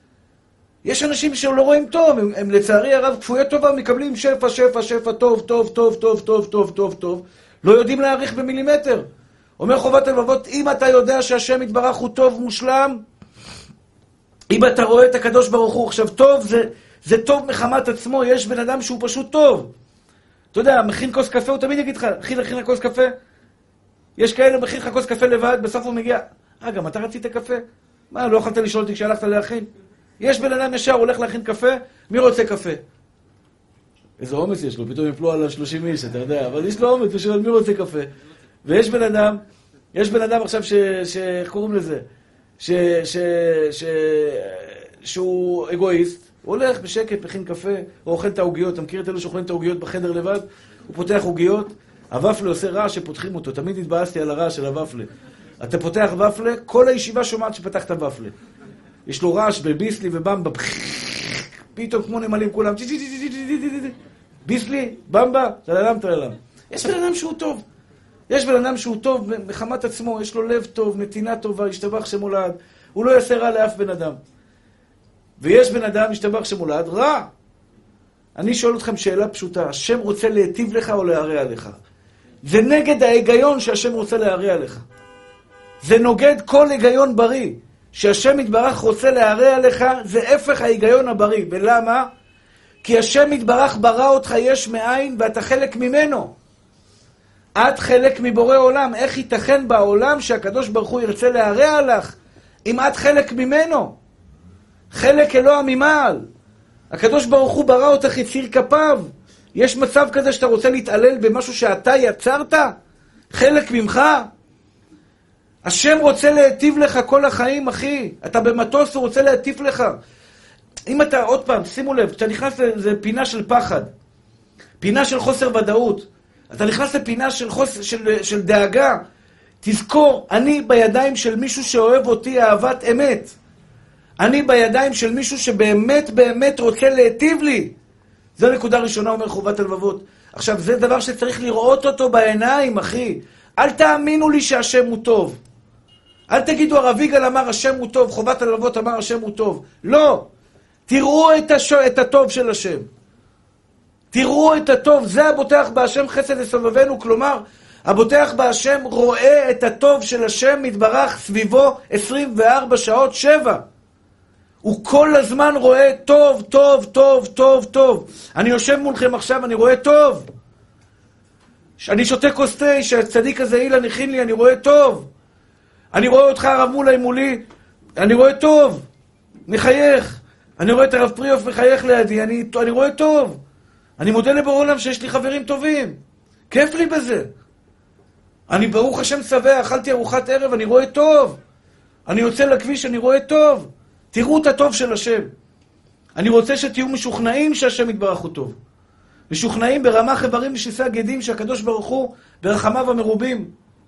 יש אנשים שלא רואים טוב, הם, הם לצערי הרב כפויי טובה, מקבלים שפע, שפע, שפע, טוב, טוב, טוב, טוב, טוב, טוב, טוב, טוב. לא יודעים להעריך במילימטר. אומר חובת הלבבות, אם אתה יודע שהשם יתברך הוא טוב מושלם, אם אתה רואה את הקדוש ברוך הוא, עכשיו טוב, זה, זה טוב מחמת עצמו, יש בן אדם שהוא פשוט טוב. אתה יודע, מכין כוס קפה, הוא תמיד יגיד לך, מכין לך כוס קפה. יש כאלה, מכין לך כוס קפה לבד, בסוף הוא מגיע, אה, גם אתה רצית קפה? מה, לא יכולת לשאול אותי כשהלכת להכין? יש בן אדם ישר, הולך להכין קפה, מי רוצה קפה? איזה אומץ יש לו, פתאום יפלו על שלושים איש, אתה יודע, אבל יש לו אומץ, הוא שואל מי רוצה קפה? ויש בן אדם, יש בן אדם עכשיו ש... ש... איך קוראים לזה? ש... ש... ש... שהוא אגואיסט, הוא הולך בשקט, מכין קפה, הוא אוכל את העוגיות, אתה מכיר את אלו שאוכלים את העוגיות בחדר לבד? הוא פותח עוגיות, הוואפלה עושה רעש שפותחים אותו, תמיד התבאסתי על הרעש של הוואפלה. אתה פותח וואפלה, כל הישיבה שומעת שפתחת וואפלה. יש לו רעש בביסלי ובמבה, פתאום כמו נמלים כולם, ביסלי, במבה, תללם, תללם. יש בן אדם שהוא טוב. יש בן אדם שהוא טוב מחמת עצמו, יש לו לב טוב, נתינה טובה, השתבח שמולד. הוא לא יעשה רע לאף בן אדם. ויש בן אדם, השתבח שמולד, רע. אני שואל אתכם שאלה פשוטה, השם רוצה להיטיב לך או להרע לך? זה נגד ההיגיון שהשם רוצה להרע לך. זה נוגד כל היגיון בריא. שהשם יתברך רוצה להרע לך, זה הפך ההיגיון הבריא. ולמה? כי השם יתברך ברא אותך יש מאין ואתה חלק ממנו. את חלק מבורא עולם. איך ייתכן בעולם שהקדוש ברוך הוא ירצה להרע לך אם את חלק ממנו? חלק אלוה ממעל. הקדוש ברוך הוא ברא אותך יציר כפיו. יש מצב כזה שאתה רוצה להתעלל במשהו שאתה יצרת? חלק ממך? השם רוצה להטיב לך כל החיים, אחי. אתה במטוס, הוא רוצה להטיב לך. אם אתה, עוד פעם, שימו לב, אתה נכנס לזה פינה של פחד. פינה של חוסר ודאות. אתה נכנס לפינה של, חוס, של, של דאגה. תזכור, אני בידיים של מישהו שאוהב אותי אהבת אמת. אני בידיים של מישהו שבאמת באמת רוצה להטיב לי. זו נקודה ראשונה, אומר חובת הלבבות. עכשיו, זה דבר שצריך לראות אותו בעיניים, אחי. אל תאמינו לי שהשם הוא טוב. אל תגידו, הרב יגאל אמר השם הוא טוב, חובת הלבבות אמר השם הוא טוב. לא. תראו את, הש... את הטוב של השם. תראו את הטוב. זה הבוטח בהשם חסד לסובבנו. כלומר, הבוטח בהשם רואה את הטוב של השם מתברך סביבו עשרים וארבע שעות שבע. הוא כל הזמן רואה טוב, טוב, טוב, טוב, טוב. אני יושב מולכם עכשיו, אני רואה טוב. אני שותה כוס תה, שהצדיק הזה אילן הכין לי, אני רואה טוב. אני רואה אותך הרב מולי מולי, אני רואה טוב. מחייך. אני רואה את הרב פריאוף מחייך לידי, אני, אני רואה טוב. אני מודה לבורא עולם שיש לי חברים טובים. כיף לי בזה. אני ברוך השם שבע, אכלתי ארוחת ערב, אני רואה טוב. אני יוצא לכביש, אני רואה טוב. תראו את הטוב של השם. אני רוצה שתהיו משוכנעים שהשם יתברך הוא טוב. משוכנעים ברמה חברים ושיסה גדים שהקדוש ברוך הוא ברחמיו המרובים.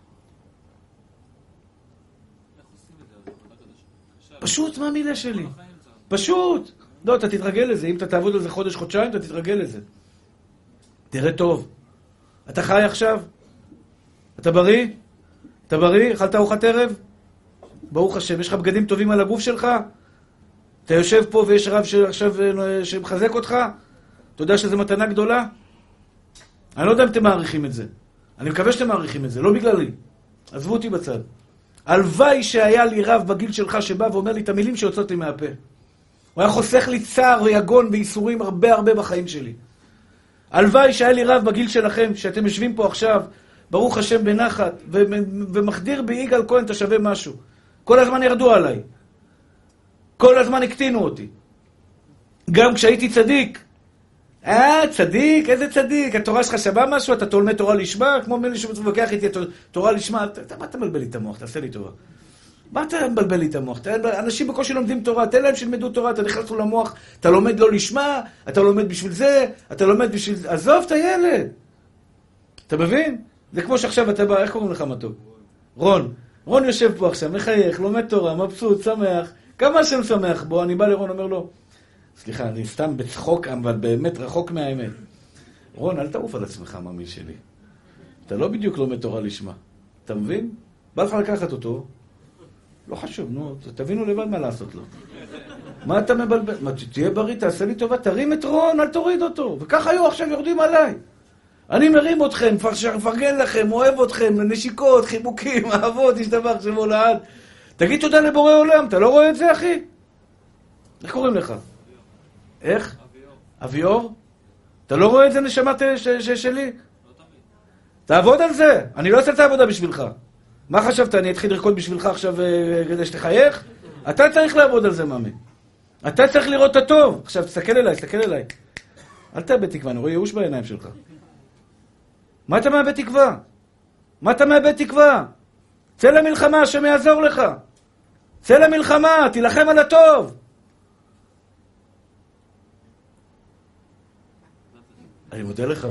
פשוט, מה המילה שלי? פשוט. לא, אתה תתרגל לזה. אם אתה תעבוד על זה חודש, חודשיים, אתה תתרגל לזה. תראה טוב. אתה חי עכשיו? אתה בריא? אתה בריא? אכלת ארוחת ערב? ברוך השם. יש לך בגדים טובים על הגוף שלך? אתה יושב פה ויש רב שעכשיו שמחזק אותך? אתה יודע שזו מתנה גדולה? אני לא יודע אם אתם מעריכים את זה. אני מקווה שאתם מעריכים את זה, לא בגללי. עזבו אותי בצד. הלוואי שהיה לי רב בגיל שלך שבא ואומר לי את המילים שיוצאות לי מהפה. הוא היה חוסך לי צער ויגון ואיסורים הרבה הרבה בחיים שלי. הלוואי שהיה לי רב בגיל שלכם, שאתם יושבים פה עכשיו, ברוך השם בנחת, ו- ומחדיר ביגאל כהן תשווה משהו. כל הזמן ירדו עליי. כל הזמן הקטינו אותי. גם כשהייתי צדיק, אה, צדיק, איזה צדיק, התורה שלך שווה משהו, אתה תולמד תורה לשמה, כמו מישהו שמתווכח איתי, תורה לשמה, מה אתה מבלבל לי את המוח, תעשה לי טובה. מה אתה מבלבל לי את המוח? אנשים בקושי לומדים תורה, תן להם שילמדו תורה, אתה נכנס לו למוח, אתה לומד לא לשמה, אתה לומד בשביל זה, אתה לומד בשביל זה, עזוב את הילד. אתה מבין? זה כמו שעכשיו אתה בא, איך קוראים לך מתוק? רון. רון יושב פה עכשיו, מחייך, לומד תורה, מבסוט, שמח. כמה השם שמח בו? אני בא לרון, אומר לו, סליחה, אני סתם בצחוק, אבל באמת רחוק מהאמת. רון, אל תעוף על עצמך, מאמין שלי. אתה לא בדיוק לומד תורה לשמה. אתה מבין? בא לך לקחת אותו, לא חשוב, נו, תבינו לבד מה לעשות לו. מה אתה מבלבל? מה, תהיה בריא, תעשה לי טובה, תרים את רון, אל תוריד אותו. וככה היו עכשיו יורדים עליי. אני מרים אתכם, מפרגן לכם, אוהב אתכם, נשיקות, חיבוקים, אהבות, השתבח שמו לעד. תגיד תודה לבורא עולם, אתה לא רואה את זה, אחי? איך קוראים לך? איך? אביור? אתה לא רואה את זה נשמת שלי? תעבוד על זה, אני לא אעשה את העבודה בשבילך. מה חשבת, אני אתחיל לרקוד בשבילך עכשיו כדי שתחייך? אתה צריך לעבוד על זה, מאמי. אתה צריך לראות את הטוב. עכשיו, תסתכל אליי, תסתכל אליי. אל תאבד תקווה, אני רואה ייאוש בעיניים שלך. מה אתה מאבד תקווה? מה אתה מאבד תקווה? צא למלחמה, השם יעזור לך. צא למלחמה, תילחם על הטוב. אני מודה לך.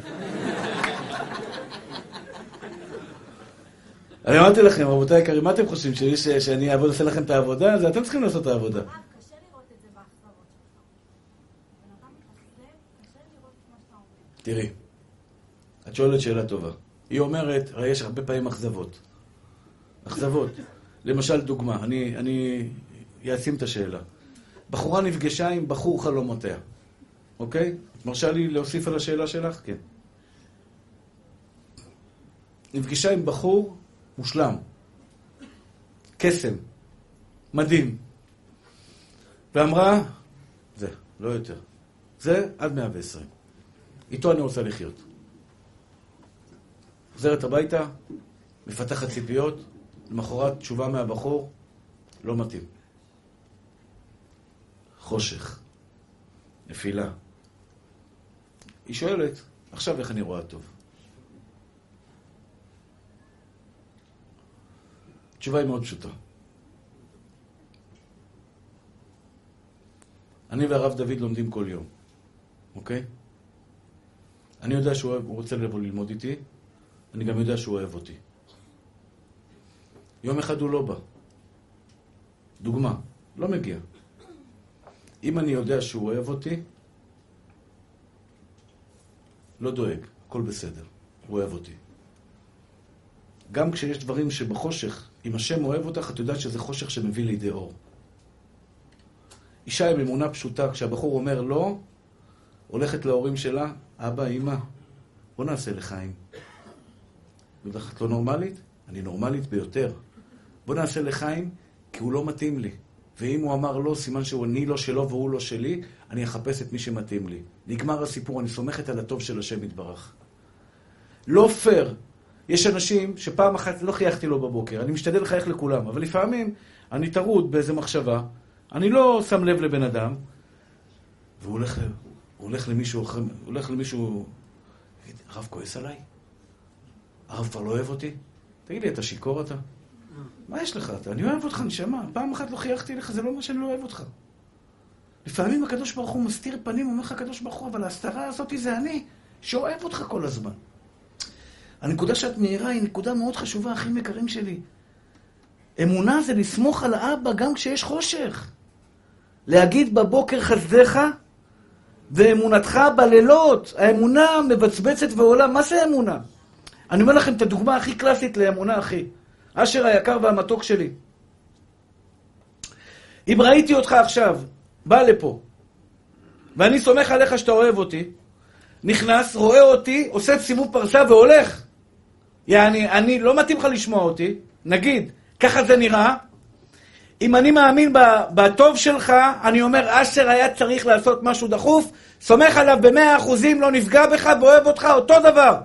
אני אמרתי לכם, רבותיי יקרים, מה אתם חושבים? שאני אעבוד, עושה לכם את העבודה? אז אתם צריכים לעשות את העבודה. קשה לראות את זה בהחזרות שלך. בן אדם מתחזב, קשה לראות את מה שאתה אומר. תראי, את שואלת שאלה טובה. היא אומרת, הרי יש הרבה פעמים אכזבות. אכזבות. למשל, דוגמה, אני, אני אעצים את השאלה. בחורה נפגשה עם בחור חלומותיה. אוקיי? את מרשה לי להוסיף על השאלה שלך? כן. נפגשה עם בחור מושלם. קסם. מדהים. ואמרה, זה, לא יותר. זה עד מאה ועשרים. איתו אני רוצה לחיות. חוזרת הביתה, מפתחת ציפיות, למחרת תשובה מהבחור, לא מתאים. חושך. נפילה. היא שואלת, עכשיו איך אני רואה טוב? התשובה היא מאוד פשוטה. אני והרב דוד לומדים כל יום, אוקיי? אני יודע שהוא אוהב, הוא רוצה לבוא ללמוד איתי, אני גם יודע שהוא אוהב אותי. יום אחד הוא לא בא. דוגמה, לא מגיע. אם אני יודע שהוא אוהב אותי, לא דואג, הכל בסדר, הוא אוהב אותי. גם כשיש דברים שבחושך, אם השם אוהב אותך, את יודעת שזה חושך שמביא לידי אור. אישה עם אמונה פשוטה, כשהבחור אומר לא, הולכת להורים שלה, אבא, אמא, בוא נעשה לחיים. את לא נורמלית? אני נורמלית ביותר. בוא נעשה לחיים, כי הוא לא מתאים לי. ואם הוא אמר לא, סימן שהוא אני לא שלו והוא לא שלי, אני אחפש את מי שמתאים לי. נגמר הסיפור, אני סומכת על הטוב של השם יתברך. לא פייר. יש אנשים שפעם אחת לא חייכתי לו בבוקר, אני משתדל לחייך לכולם, אבל לפעמים אני טרוד באיזה מחשבה, אני לא שם לב לבן אדם, והוא הולך, הוא הולך למישהו, הוא הולך למישהו, תגיד, הרב כועס עליי? הרב כבר לא אוהב אותי? תגיד לי, אתה שיקור אתה? מה יש לך אתה? אני אוהב אותך, נשמה. פעם אחת לא חייכתי לך, זה לא אומר שאני לא אוהב אותך. לפעמים הקדוש ברוך הוא מסתיר פנים, אומר לך הקדוש ברוך הוא, אבל ההסתרה הזאת זה אני, שאוהב אותך כל הזמן. הנקודה שאת מהירה היא נקודה מאוד חשובה, אחים יקרים שלי. אמונה זה לסמוך על האבא גם כשיש חושך. להגיד בבוקר חסדך ואמונתך בלילות. האמונה מבצבצת ועולה. מה זה אמונה? אני אומר לכם את הדוגמה הכי קלאסית לאמונה, אחי. אשר היקר והמתוק שלי. אם ראיתי אותך עכשיו, בא לפה, ואני סומך עליך שאתה אוהב אותי, נכנס, רואה אותי, עושה סיבוב פרסה והולך. יעני, אני לא מתאים לך לשמוע אותי, נגיד, ככה זה נראה. אם אני מאמין בטוב שלך, אני אומר, אשר היה צריך לעשות משהו דחוף, סומך עליו במאה אחוזים, לא נפגע בך ואוהב אותך, אותו דבר.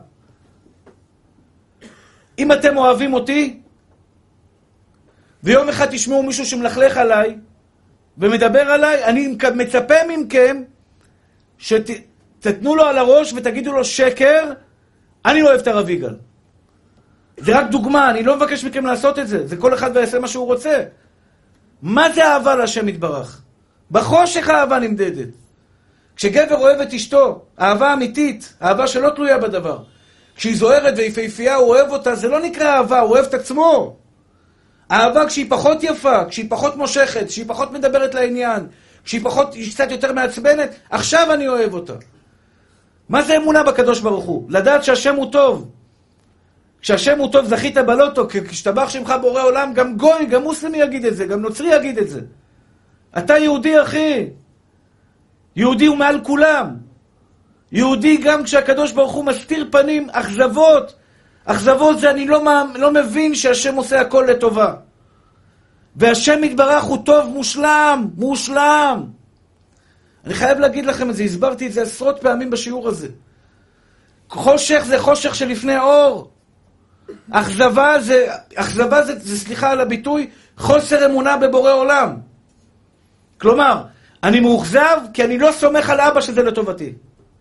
אם אתם אוהבים אותי, ויום אחד תשמעו מישהו שמלכלך עליי, ומדבר עליי, אני מצפה מכם, שת... תתנו לו על הראש ותגידו לו שקר, אני לא אוהב את הרב יגאל. זה רק דוגמה, אני לא מבקש מכם לעשות את זה. זה כל אחד ויעשה מה שהוא רוצה. מה זה אהבה להשם יתברך? בחושך האהבה נמדדת. כשגבר אוהב את אשתו, אהבה אמיתית, אהבה שלא תלויה בדבר. כשהיא זוהרת ויפהפייה, הוא אוהב אותה, זה לא נקרא אהבה, הוא אוהב את עצמו. אהבה כשהיא פחות יפה, כשהיא פחות מושכת, כשהיא פחות מדברת לעניין, כשהיא פחות, היא קצת יותר מעצבנת, עכשיו אני אוהב אותה. מה זה אמונה בקדוש ברוך הוא? לדעת שהשם הוא טוב. כשהשם הוא טוב זכית בלוטו, כשתבח שמך בורא עולם, גם גוי, גם מוסלמי יגיד את זה, גם נוצרי יגיד את זה. אתה יהודי אחי. יהודי הוא מעל כולם. יהודי גם כשהקדוש ברוך הוא מסתיר פנים, אכזבות. אכזבות זה אני לא, לא מבין שהשם עושה הכל לטובה. והשם יתברך הוא טוב מושלם, מושלם. אני חייב להגיד לכם את זה, הסברתי את זה עשרות פעמים בשיעור הזה. חושך זה חושך שלפני אור. אכזבה זה, אכזבה זה, זה סליחה על הביטוי, חוסר אמונה בבורא עולם. כלומר, אני מאוכזב כי אני לא סומך על אבא שזה לטובתי.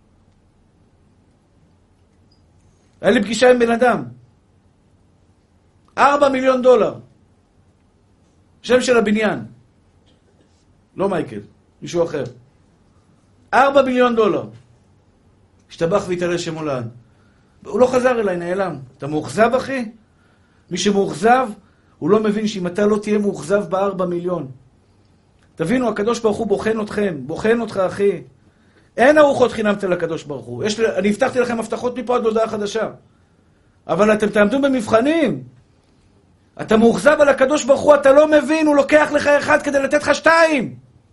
היה לי פגישה עם בן אדם. ארבע מיליון דולר. שם של הבניין. לא מייקל, מישהו אחר. ארבע מיליון דולר. השתבח והתעלה שמו לעד. הוא לא חזר אליי, נעלם. אתה מאוכזב, אחי? מי שמאוכזב, הוא לא מבין שאם אתה לא תהיה מאוכזב בארבע מיליון. תבינו, הקדוש ברוך הוא בוחן אתכם. בוחן אותך, אחי. אין ארוחות חינם אצל הקדוש ברוך הוא. יש, אני הבטחתי לכם הבטחות מפה עד הודעה חדשה. אבל אתם תעמדו במבחנים. אתה מאוכזב על הקדוש ברוך הוא, אתה לא מבין, הוא לוקח לך אחד כדי לתת לך שתיים.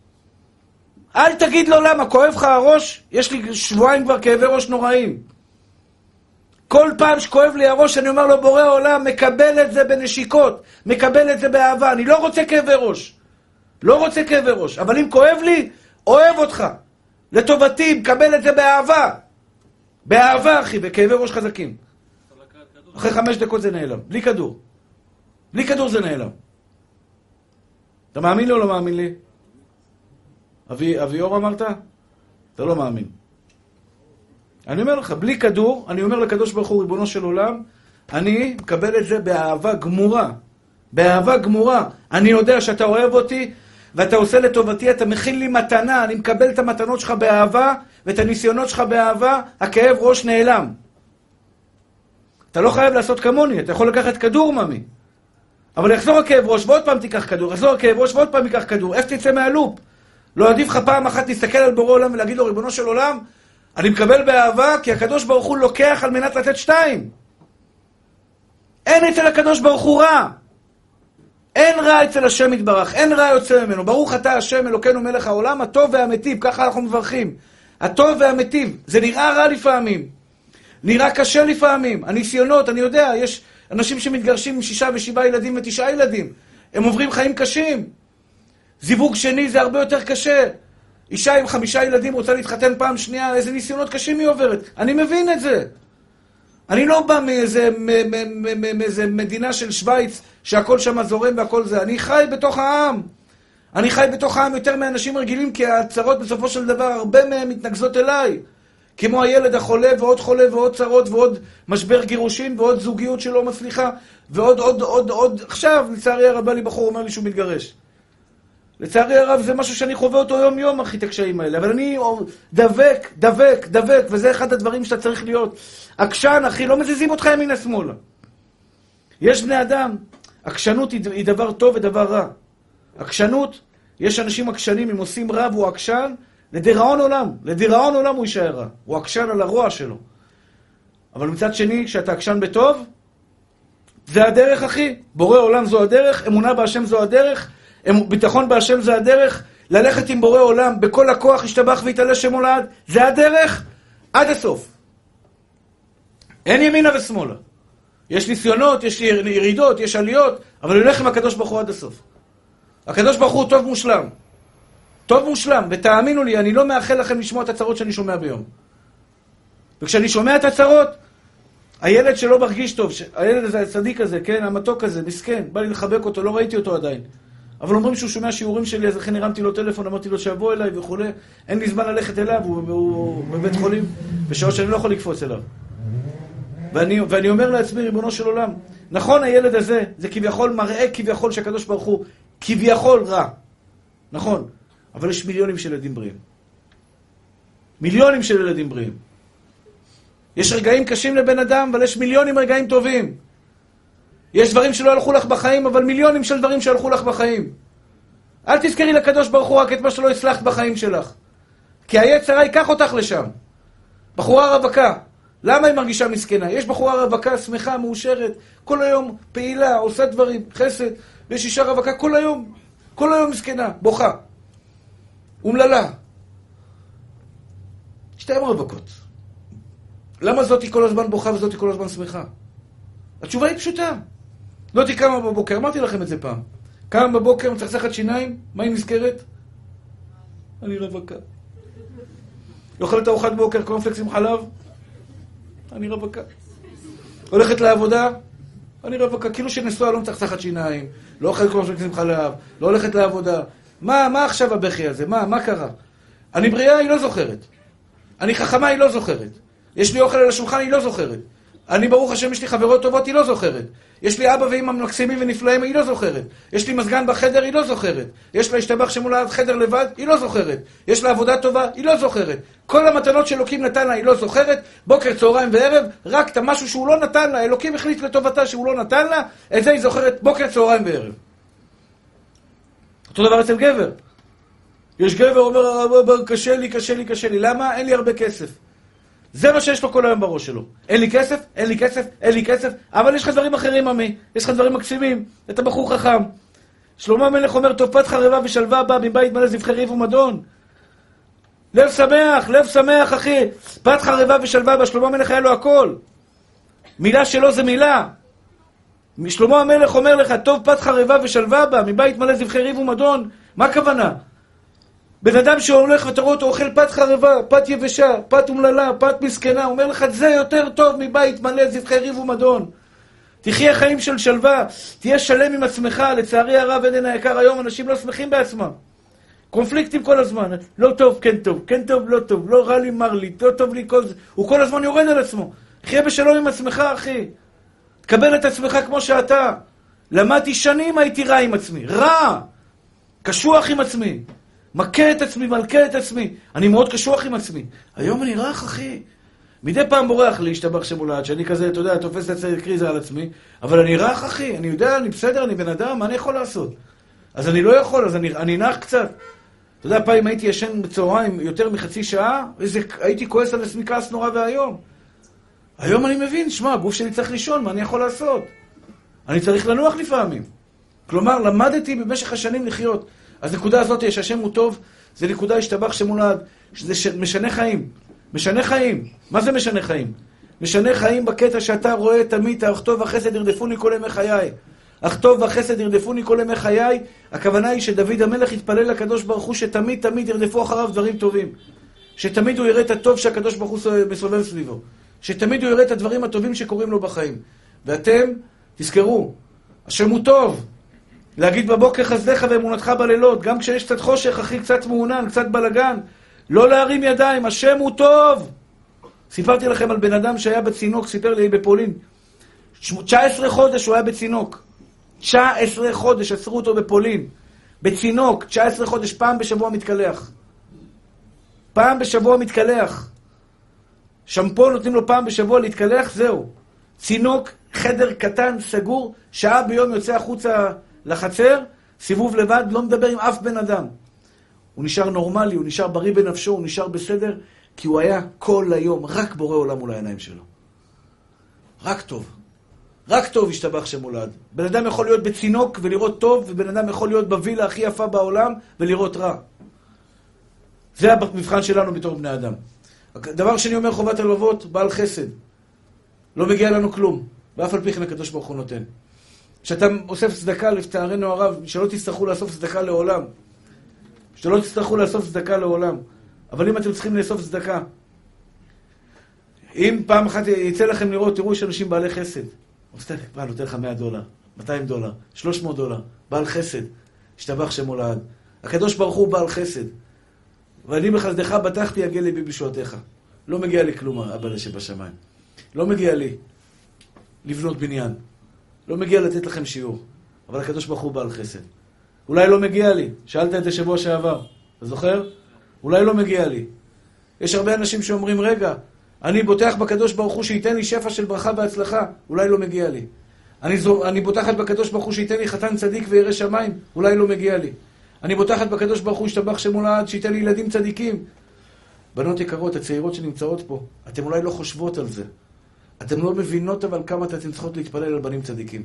אל תגיד לו למה, כואב לך הראש? יש לי שבועיים כבר כאבי ראש נוראים. כל פעם שכואב לי הראש, אני אומר לו, בורא עולם, מקבל את זה בנשיקות, מקבל את זה באהבה. אני לא רוצה כאבי ראש. לא רוצה כאבי ראש. אבל אם כואב לי, אוהב אותך. לטובתי, מקבל את זה באהבה. באהבה, אחי, בכאבי ראש חזקים. אחרי חמש דקות זה נעלם. בלי כדור. בלי כדור זה נעלם. אתה מאמין לי או לא מאמין לי? אבי, אבי אור אמרת? אתה לא מאמין. אני אומר לך, בלי כדור, אני אומר לקדוש ברוך הוא, ריבונו של עולם, אני מקבל את זה באהבה גמורה. באהבה גמורה. אני יודע שאתה אוהב אותי, ואתה עושה לטובתי, אתה מכין לי מתנה, אני מקבל את המתנות שלך באהבה, ואת הניסיונות שלך באהבה, הכאב ראש נעלם. אתה לא חייב לעשות כמוני, אתה יכול לקחת כדור, ממי. אבל יחזור הכאב ראש, ועוד פעם תיקח כדור, יחזור הכאב ראש, ועוד פעם תיקח כדור. איך תצא מהלופ? לא עדיף לך פעם אחת להסתכל על בורא עולם ולהגיד לו, ריבונו של עולם, אני מקבל באהבה, כי הקדוש ברוך הוא לוקח על מנת לתת שתיים. אין אצל הקדוש ברוך הוא רע. אין רע אצל השם יתברך, אין רע יוצא ממנו. ברוך אתה השם אלוקינו מלך העולם, הטוב והמטיב, ככה אנחנו מברכים. הטוב והמטיב, זה נראה רע לפעמים. נראה קשה לפעמים. הניסיונות, אני יודע, יש אנשים שמתגרשים עם שישה ושבעה ילדים ותשעה ילדים. הם עוברים חיים קשים. זיווג שני זה הרבה יותר קשה. אישה עם חמישה ילדים רוצה להתחתן פעם שנייה, איזה ניסיונות קשים היא עוברת. אני מבין את זה. אני לא בא מאיזה, מאיזה מדינה של שוויץ שהכל שם זורם והכל זה. אני חי בתוך העם. אני חי בתוך העם יותר מאנשים רגילים, כי הצרות בסופו של דבר הרבה מהם מתנגזות אליי. כמו הילד החולה ועוד חולה ועוד צרות ועוד משבר גירושין ועוד זוגיות שלא מצליחה ועוד עוד עוד עוד. עכשיו לצערי הרב לי בחור אומר לי שהוא מתגרש. לצערי הרב זה משהו שאני חווה אותו יום יום, אחי, את הקשיים האלה. אבל אני דבק, דבק, דבק, וזה אחד הדברים שאתה צריך להיות. עקשן, אחי, לא מזיזים אותך ימינה שמאלה. יש בני אדם, עקשנות היא דבר טוב ודבר רע. עקשנות, יש אנשים עקשנים, אם עושים רע והוא עקשן, לדיראון עולם, לדיראון עולם הוא יישאר רע. הוא עקשן על הרוע שלו. אבל מצד שני, כשאתה עקשן בטוב, זה הדרך, אחי. בורא עולם זו הדרך, אמונה בהשם זו הדרך, ביטחון בהשם זה הדרך, ללכת עם בורא עולם בכל הכוח, ישתבח ויתעלה שמו לעד, זה הדרך עד הסוף. אין ימינה ושמאלה. יש ניסיונות, יש ירידות, יש עליות, אבל הולך עם הקדוש ברוך הוא עד הסוף. הקדוש ברוך הוא טוב מושלם. טוב מושלם, ותאמינו לי, אני לא מאחל לכם לשמוע את הצרות שאני שומע ביום. וכשאני שומע את הצרות, הילד שלא מרגיש טוב, הילד הזה, הצדיק הזה, כן, המתוק הזה, מסכן, בא לי לחבק אותו, לא ראיתי אותו עדיין. אבל אומרים שהוא שומע שיעורים שלי, אז לכן הרמתי לו טלפון, אמרתי לו שיבוא אליי וכו'. אין לי זמן ללכת אליו, הוא, הוא בבית חולים, בשעות שאני לא יכול לקפוץ אליו. ואני, ואני אומר לעצמי, ריבונו של עולם, נכון, הילד הזה, זה כביכול מראה כביכול שהקדוש ברוך הוא כביכול רע. נכון, אבל יש מיליונים של ילדים בריאים. מיליונים של ילדים בריאים. יש רגעים קשים לבן אדם, אבל יש מיליונים רגעים טובים. יש דברים שלא הלכו לך בחיים, אבל מיליונים של דברים שהלכו לך בחיים. אל תזכרי לקדוש ברוך הוא רק את מה שלא הצלחת בחיים שלך. כי היצר ייקח אותך לשם. בחורה רווקה. למה היא מרגישה מסכנה? יש בחורה רווקה, שמחה, מאושרת, כל היום פעילה, עושה דברים, חסד, ויש אישה רווקה כל היום, כל היום מסכנה, בוכה. אומללה. שתיים רווקות. למה זאתי כל הזמן בוכה וזאתי כל הזמן שמחה? התשובה היא פשוטה. זאתי קמה בבוקר, אמרתי לכם את זה פעם. קמה בבוקר, מצחצחת שיניים, מה היא נזכרת? אני רווקה. אוכלת ארוחת בוקר, קורנפלקס עם חלב? אני רווקה. הולכת לעבודה? אני רווקה. כאילו שנסועה לא מצחצחת שיניים, לא אוכלת קורנפלקס עם חלב, לא הולכת לעבודה. מה, מה עכשיו הבכי הזה? מה, מה קרה? אני בריאה, היא לא זוכרת. אני חכמה, היא לא זוכרת. יש לי אוכל על השולחן, היא לא זוכרת. אני ברוך השם, יש לי חברות טובות, היא לא זוכרת. יש לי אבא ואמא מקסימים ונפלאים, היא לא זוכרת. יש לי מזגן בחדר, היא לא זוכרת. יש לה השתבח שמולה חדר לבד, היא לא זוכרת. יש לה עבודה טובה, היא לא זוכרת. כל המתנות שאלוקים נתן לה, היא לא זוכרת. בוקר, צהריים וערב, רק את המשהו שהוא לא נתן לה, אלוקים החליט לטובתה שהוא לא נתן לה, את זה היא זוכרת בוקר, צהריים וערב. אותו דבר אצל גבר. יש גבר אומר, קשה לי, קשה לי, קשה לי. למה? אין לי הרבה כסף. זה מה שיש לו כל היום בראש שלו. אין לי כסף, אין לי כסף, אין לי כסף, אבל יש לך דברים אחרים, עמי. יש לך דברים מקסימים. אתה בחור חכם. שלמה המלך אומר, טוב פת חרבה ושלווה בא מבית מלא זבחי ריב ומדון. לב שמח, לב שמח, אחי. פת חרבה ושלווה בא, שלמה המלך היה לו הכל. מילה שלו זה מילה. שלמה המלך אומר לך, טוב פת חרבה ושלווה בא מבית מלא זבחי ריב ומדון. מה הכוונה? בן אדם שהולך ותראו אותו אוכל פת חרבה, פת יבשה, פת אומללה, פת מסכנה, אומר לך, זה יותר טוב מבית מלא זבחי ריב ומדון. תחיה חיים של שלווה, תהיה שלם עם עצמך. לצערי הרב, עדן היקר, היום אנשים לא שמחים בעצמם. קונפליקטים כל הזמן, לא טוב, כן טוב, כן טוב, לא טוב, לא רע לי, מר לי, לא טוב לי, כל זה. הוא כל הזמן יורד על עצמו. תחיה בשלום עם עצמך, אחי. תקבל את עצמך כמו שאתה. למדתי שנים, הייתי רע עם עצמי. רע! קשוח עם עצמי. מכה את עצמי, מלכה את עצמי. אני מאוד קשוח עם עצמי. היום אני רך, אחי. מדי פעם בורח לי, השתבח שמולד, שאני כזה, אתה יודע, תופס את הצד קריזה על עצמי, אבל אני רך, אחי. אני יודע, אני בסדר, אני בן אדם, מה אני יכול לעשות? אז אני לא יכול, אז אני, אני נח קצת. אתה יודע, פעם הייתי ישן בצהריים יותר מחצי שעה, איזה, הייתי כועס על עצמי כעס נורא והיום. היום אני מבין, שמע, הגוף שלי צריך לישון, מה אני יכול לעשות? אני צריך לנוח לפעמים. כלומר, למדתי במשך השנים לחיות. אז נקודה הזאת, שהשם הוא טוב, זה נקודה השתבח שמולד, שזה ש... משנה חיים. משנה חיים. מה זה משנה חיים? משנה חיים בקטע שאתה רואה תמיד, אך טוב וחסד ירדפוני כל ימי חיי. אך טוב וחסד ירדפוני כל ימי חיי. הכוונה היא שדוד המלך התפלל לקדוש ברוך הוא שתמיד תמיד ירדפו אחריו דברים טובים. שתמיד הוא יראה את הטוב שהקדוש ברוך הוא מסובב סביבו. שתמיד הוא יראה את הדברים הטובים שקורים לו בחיים. ואתם, תזכרו, השם הוא טוב. להגיד בבוקר חסדך ואמונתך בלילות, גם כשיש קצת חושך, אחי, קצת מעונן, קצת בלגן, לא להרים ידיים, השם הוא טוב. סיפרתי לכם על בן אדם שהיה בצינוק, סיפר לי בפולין. תשע עשרה חודש הוא היה בצינוק. תשע עשרה חודש, עצרו אותו בפולין. בצינוק, תשע עשרה חודש, פעם בשבוע מתקלח. פעם בשבוע מתקלח. שמפו נותנים לו פעם בשבוע להתקלח, זהו. צינוק, חדר קטן, סגור, שעה ביום יוצא החוצה לחצר, סיבוב לבד, לא מדבר עם אף בן אדם. הוא נשאר נורמלי, הוא נשאר בריא בנפשו, הוא נשאר בסדר, כי הוא היה כל היום רק בורא עולם מול העיניים שלו. רק טוב. רק טוב השתבח שמולד. בן אדם יכול להיות בצינוק ולראות טוב, ובן אדם יכול להיות בווילה הכי יפה בעולם ולראות רע. זה המבחן שלנו בתור בני אדם. דבר שני אומר חובת הלבבות, בעל חסד. לא מגיע לנו כלום, ואף על פי כן הקדוש ברוך הוא נותן. כשאתה אוסף צדקה, לצערנו הרב, שלא תצטרכו לאסוף צדקה לעולם. שלא תצטרכו לאסוף צדקה לעולם. אבל אם אתם צריכים לאסוף צדקה, אם פעם אחת יצא לכם לראות, תראו יש אנשים בעלי חסד. הוא סתם, מה, נותן לך מאה דולר, מאתיים דולר, שלוש מאות דולר, בעל חסד. השתבח שמו לעד. הקדוש ברוך הוא בעל חסד. ואני בחסדך בטחתי, יגיע לי בישועתך. לא מגיע לי כלום, אבא שבשמיים. לא מגיע לי לבנות בניין. לא מגיע לתת לכם שיעור. אבל הקדוש ברוך הוא בעל חסד. אולי לא מגיע לי. שאלת את זה שבוע שעבר. אתה זוכר? אולי לא מגיע לי. יש הרבה אנשים שאומרים, רגע, אני בוטח בקדוש ברוך הוא שייתן לי שפע של ברכה והצלחה. אולי לא מגיע לי. אני, זו, אני בוטחת בקדוש ברוך הוא שייתן לי חתן צדיק וירא שמיים. אולי לא מגיע לי. אני בוטחת בקדוש ברוך הוא השתבח שמו לעד שייתן לי ילדים צדיקים. בנות יקרות, הצעירות שנמצאות פה, אתם אולי לא חושבות על זה. אתם לא מבינות אבל כמה אתם צריכות להתפלל על בנים צדיקים.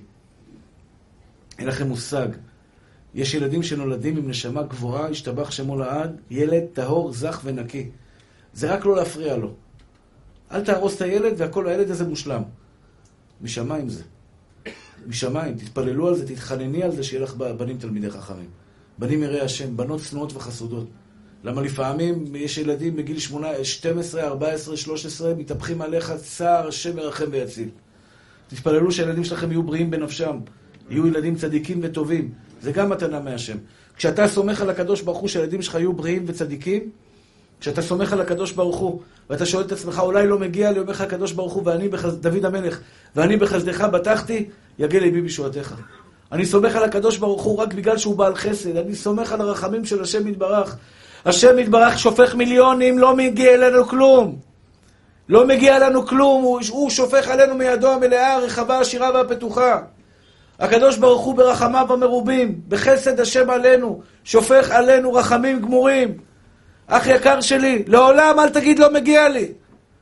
אין לכם מושג. יש ילדים שנולדים עם נשמה גבוהה, השתבח שמו לעד, ילד טהור, זך ונקי. זה רק לא להפריע לו. אל תהרוס את הילד והכל הילד הזה מושלם. משמיים זה. משמיים, תתפללו על זה, תתחנני על זה שיהיה לך בנים תלמידי חכמים. בנים יראי השם, בנות צנועות וחסודות. למה לפעמים יש ילדים בגיל שתים עשרה, ארבע עשרה, שלוש עשרה, מתהפכים עליך צער, השם ירחם ויציל. תתפללו שהילדים שלכם יהיו בריאים בנפשם, יהיו ילדים צדיקים וטובים. זה גם מתנה מהשם. כשאתה סומך על הקדוש ברוך הוא שהילדים שלך יהיו בריאים וצדיקים, כשאתה סומך על הקדוש ברוך הוא, ואתה שואל את עצמך, אולי לא מגיע לי, אומר לך הקדוש ברוך הוא, ואני בחס... דוד המלך, ואני בחסדך בטחתי, יגיע לי בישועתך. אני סומך על הקדוש ברוך הוא רק בגלל שהוא בעל חסד. אני סומך על הרחמים של השם יתברך. השם יתברך שופך מיליונים, לא מגיע אלינו כלום. לא מגיע לנו כלום, הוא, הוא שופך עלינו מידו המלאה, הרחבה, השירה והפתוחה. הקדוש ברוך הוא ברחמיו המרובים, בחסד השם עלינו, שופך עלינו רחמים גמורים. אח יקר שלי, לעולם אל תגיד לא מגיע לי.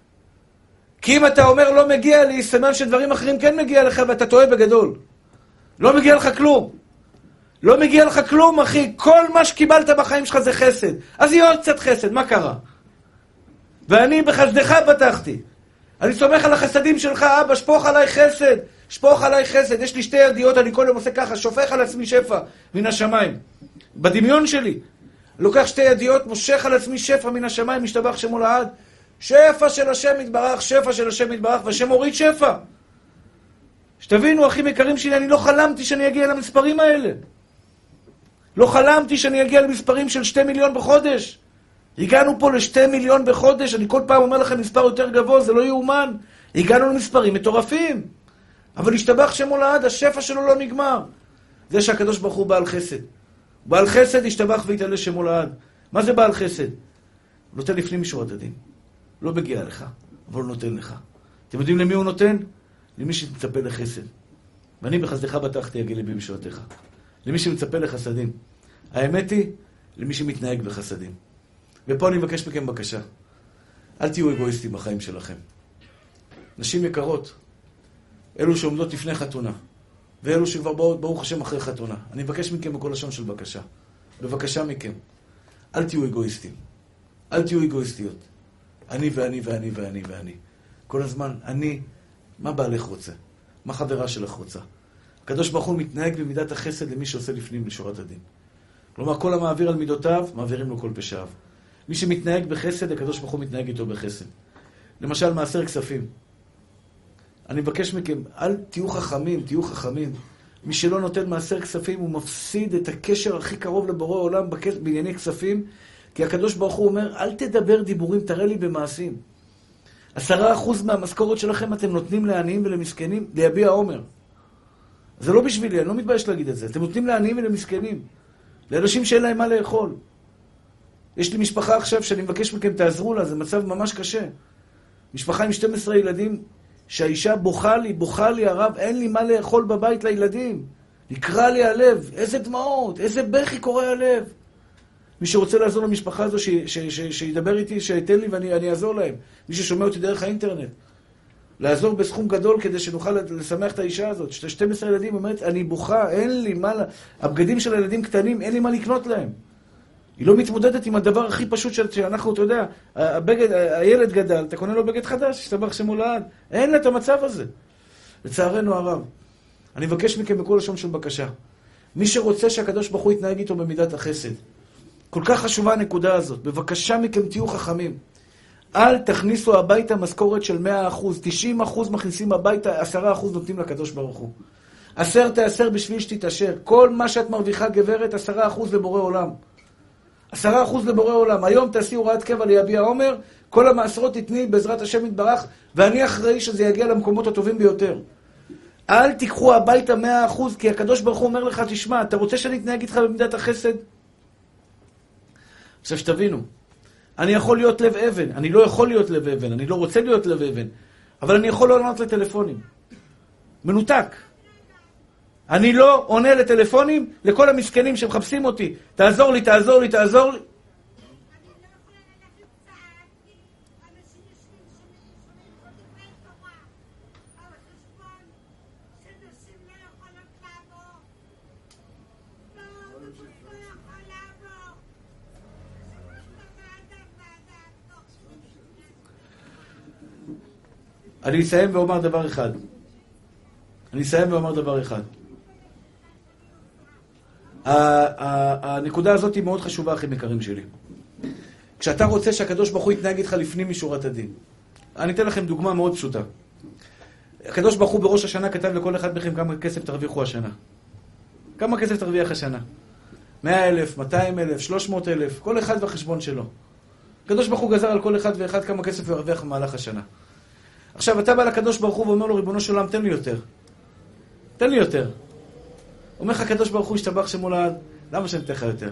כי אם אתה אומר לא מגיע לי, סימן שדברים אחרים כן מגיע לך ואתה טועה בגדול. לא מגיע לך כלום. לא מגיע לך כלום, אחי. כל מה שקיבלת בחיים שלך זה חסד. אז יהיה עוד קצת חסד, מה קרה? ואני בחסדך פתחתי. אני סומך על החסדים שלך, אבא, שפוך עליי חסד. שפוך עליי חסד. יש לי שתי ידיעות, אני כל יום עושה ככה, שופך על עצמי שפע מן השמיים. בדמיון שלי. לוקח שתי ידיעות, מושך על עצמי שפע מן השמיים, משתבח שמו לעד. שפע של השם יתברך, שפע של השם יתברך, והשם הוריד שפע. שתבינו, אחים יקרים שלי, אני לא חלמתי שאני אגיע למספרים האלה. לא חלמתי שאני אגיע למספרים של שתי מיליון בחודש. הגענו פה לשתי מיליון בחודש, אני כל פעם אומר לכם מספר יותר גבוה, זה לא יאומן. הגענו למספרים מטורפים. אבל השתבח שמו לעד, השפע שלו לא נגמר. זה שהקדוש ברוך הוא בעל חסד. בעל חסד השתבח והתעלה שמו לעד. מה זה בעל חסד? הוא נותן לפנים משורת הדין. לא מגיע לך, אבל הוא נותן לך. אתם יודעים למי הוא נותן? למי שמצפה לחסד. ואני בחסדך בטחתי יגיע לי בישועתך. למי שמצפה לחסדים. האמת היא, למי שמתנהג בחסדים. ופה אני מבקש מכם בקשה. אל תהיו אגואיסטים בחיים שלכם. נשים יקרות, אלו שעומדות לפני חתונה, ואלו שכבר באות, ברוך השם אחרי חתונה. אני מבקש מכם בכל לשון של בקשה. בבקשה מכם. אל תהיו אגואיסטים. אל תהיו אגואיסטיות. אני ואני ואני ואני ואני. כל הזמן, אני, מה בעלך רוצה? מה חברה שלך רוצה? הקדוש ברוך הוא מתנהג במידת החסד למי שעושה לפנים לשורת הדין. כלומר, כל המעביר על מידותיו, מעבירים לו כל פשעיו. מי שמתנהג בחסד, הקדוש ברוך הוא מתנהג איתו בחסד. למשל, מעשר כספים. אני מבקש מכם, אל תהיו חכמים, תהיו חכמים. מי שלא נותן מעשר כספים, הוא מפסיד את הקשר הכי קרוב לבורא העולם בענייני כספים, כי הקדוש ברוך הוא אומר, אל תדבר דיבורים, תראה לי במעשים. עשרה אחוז מהמשכורת שלכם אתם נותנים לעניים ולמסכנים, ליביע עומר. זה לא בשבילי, אני לא מתבייש להגיד את זה. אתם נותנים לעניים ולמסכנים. לאנשים שאין להם מה לאכול. יש לי משפחה עכשיו שאני מבקש מכם, תעזרו לה, זה מצב ממש קשה. משפחה עם שנים עשר ילדים, שהאישה בוכה לי, בוכה לי הרב, אין לי מה לאכול בבית לילדים. נקרא לי הלב, איזה דמעות, איזה בכי קורא הלב. מי שרוצה לעזור למשפחה הזו, ש, ש, ש, שידבר איתי, שיתן לי ואני אני אעזור להם. מי ששומע אותי דרך האינטרנט. לעזור בסכום גדול כדי שנוכל לשמח את האישה הזאת. שתים עשרה ילדים, אומרת, אני בוכה, אין לי מה... הבגדים של הילדים קטנים, אין לי מה לקנות להם. היא לא מתמודדת עם הדבר הכי פשוט שאנחנו, אתה יודע, הבגד, הילד גדל, אתה קונה לו בגד חדש, השתבח שמו לעד. אין לה את המצב הזה. לצערנו הרב. אני מבקש מכם בכל לשון של בקשה. מי שרוצה שהקדוש ברוך הוא יתנהג איתו במידת החסד. כל כך חשובה הנקודה הזאת. בבקשה מכם תהיו חכמים. אל תכניסו הביתה משכורת של מאה אחוז. תשעים אחוז מכניסים הביתה, עשרה אחוז נותנים לקדוש ברוך הוא. עשר תעשר בשביל שתתעשר. כל מה שאת מרוויחה גברת, עשרה אחוז לבורא עולם. עשרה אחוז לבורא עולם. היום תעשי הוראת קבע ליביע עומר, כל המעשרות תתני בעזרת השם יתברך, ואני אחראי שזה יגיע למקומות הטובים ביותר. אל תיקחו הביתה מאה אחוז, כי הקדוש ברוך הוא אומר לך, תשמע, אתה רוצה שאני אתנהג איתך במידת החסד? עכשיו שתבינו, אני יכול להיות לב אבן, אני לא יכול להיות לב אבן, אני לא רוצה להיות לב אבן, אבל אני יכול לא לענות לטלפונים. מנותק. אני לא עונה לטלפונים לכל המסכנים שמחפשים אותי. תעזור לי, תעזור לי, תעזור לי. אני אסיים ואומר דבר אחד. אני אסיים ואומר דבר אחד. הנקודה הזאת היא מאוד חשובה, אחים יקרים שלי. כשאתה רוצה שהקדוש ברוך הוא יתנהג איתך לפנים משורת הדין. אני אתן לכם דוגמה מאוד פשוטה. הקדוש ברוך הוא בראש השנה כתב לכל אחד מכם כמה כסף תרוויחו השנה. כמה כסף תרוויח השנה? מאה אלף, מאתיים אלף, שלוש מאות אלף, כל אחד והחשבון שלו. הקדוש ברוך הוא גזר על כל אחד ואחד כמה כסף הוא ירוויח במהלך השנה. עכשיו, אתה בא לקדוש ברוך הוא ואומר לו, ריבונו של עולם, תן לי יותר. תן לי יותר. אומר לך הקדוש ברוך הוא, השתבח שמו לעד, למה שאני אתן לך יותר?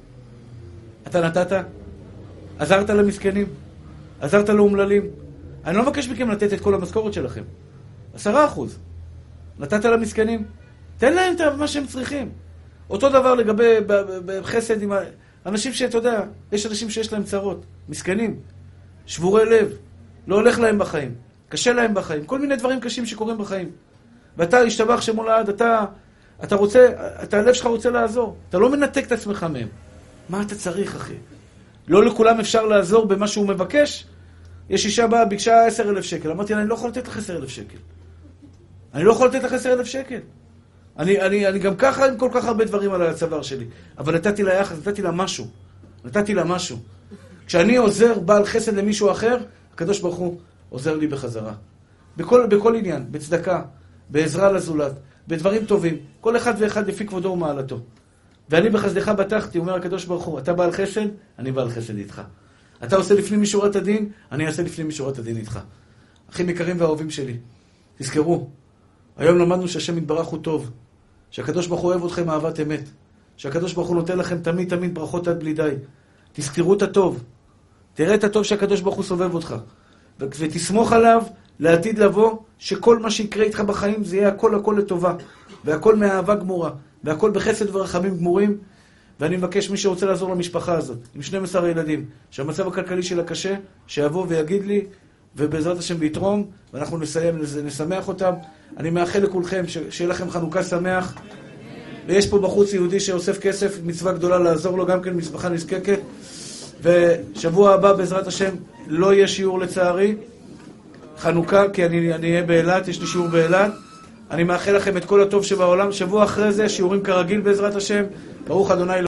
אתה נתת? עזרת למסכנים? עזרת לאומללים? אני לא מבקש מכם לתת את כל המשכורת שלכם. עשרה אחוז. נתת למסכנים? תן להם את מה שהם צריכים. אותו דבר לגבי בחסד עם אנשים שאתה יודע, יש אנשים שיש להם צרות, מסכנים, שבורי לב, לא הולך להם בחיים. קשה להם בחיים, כל מיני דברים קשים שקורים בחיים. ואתה השתבח שמו לעד, אתה, אתה רוצה, אתה הלב שלך רוצה לעזור. אתה לא מנתק את עצמך מהם. מה אתה צריך, אחי? לא לכולם אפשר לעזור במה שהוא מבקש. יש אישה באה, ביקשה עשר אלף שקל. אמרתי לה, אני לא יכול לתת לך עשר אלף שקל. אני לא יכול לתת לך עשר אלף שקל. אני, אני, אני גם ככה עם כל כך הרבה דברים על הצוואר שלי. אבל נתתי לה יחס, נתתי לה משהו. נתתי לה משהו. כשאני עוזר בעל חסד למישהו אחר, הקדוש ברוך הוא עוזר לי בחזרה. בכל, בכל עניין, בצדקה, בעזרה לזולת, בדברים טובים. כל אחד ואחד לפי כבודו ומעלתו. ואני בחסדך בטחתי, אומר הקדוש ברוך הוא, אתה בעל חסד, אני בעל חסד איתך. אתה עושה לפנים משורת הדין, אני אעשה לפנים משורת הדין איתך. אחים יקרים ואהובים שלי, תזכרו, היום למדנו שהשם יתברך הוא טוב, שהקדוש ברוך הוא אוהב אתכם אהבת אמת, שהקדוש ברוך הוא נותן לכם תמיד תמיד ברכות עד בלי די. תזכרו את הטוב, תראה את הטוב שהקדוש ברוך הוא סובב אותך, ותסמוך עליו לעתיד לבוא, שכל מה שיקרה איתך בחיים זה יהיה הכל הכל לטובה, והכל מאהבה גמורה, והכל בחסד ורחמים גמורים. ואני מבקש מי שרוצה לעזור למשפחה הזאת, עם שנים עשר ילדים, שהמצב הכלכלי שלה קשה, שיבוא ויגיד לי, ובעזרת השם ביתרום, ואנחנו נסיים, נשמח אותם. אני מאחל לכולכם שיהיה לכם חנוכה שמח. ויש פה בחוץ יהודי שאוסף כסף, מצווה גדולה לעזור לו, גם כן משפחה נזקקת. ושבוע הבא בעזרת השם לא יהיה שיעור לצערי, חנוכה, כי אני אהיה באילת, יש לי שיעור באילת. אני מאחל לכם את כל הטוב שבעולם. שבוע אחרי זה שיעורים כרגיל בעזרת השם. ברוך אדוני.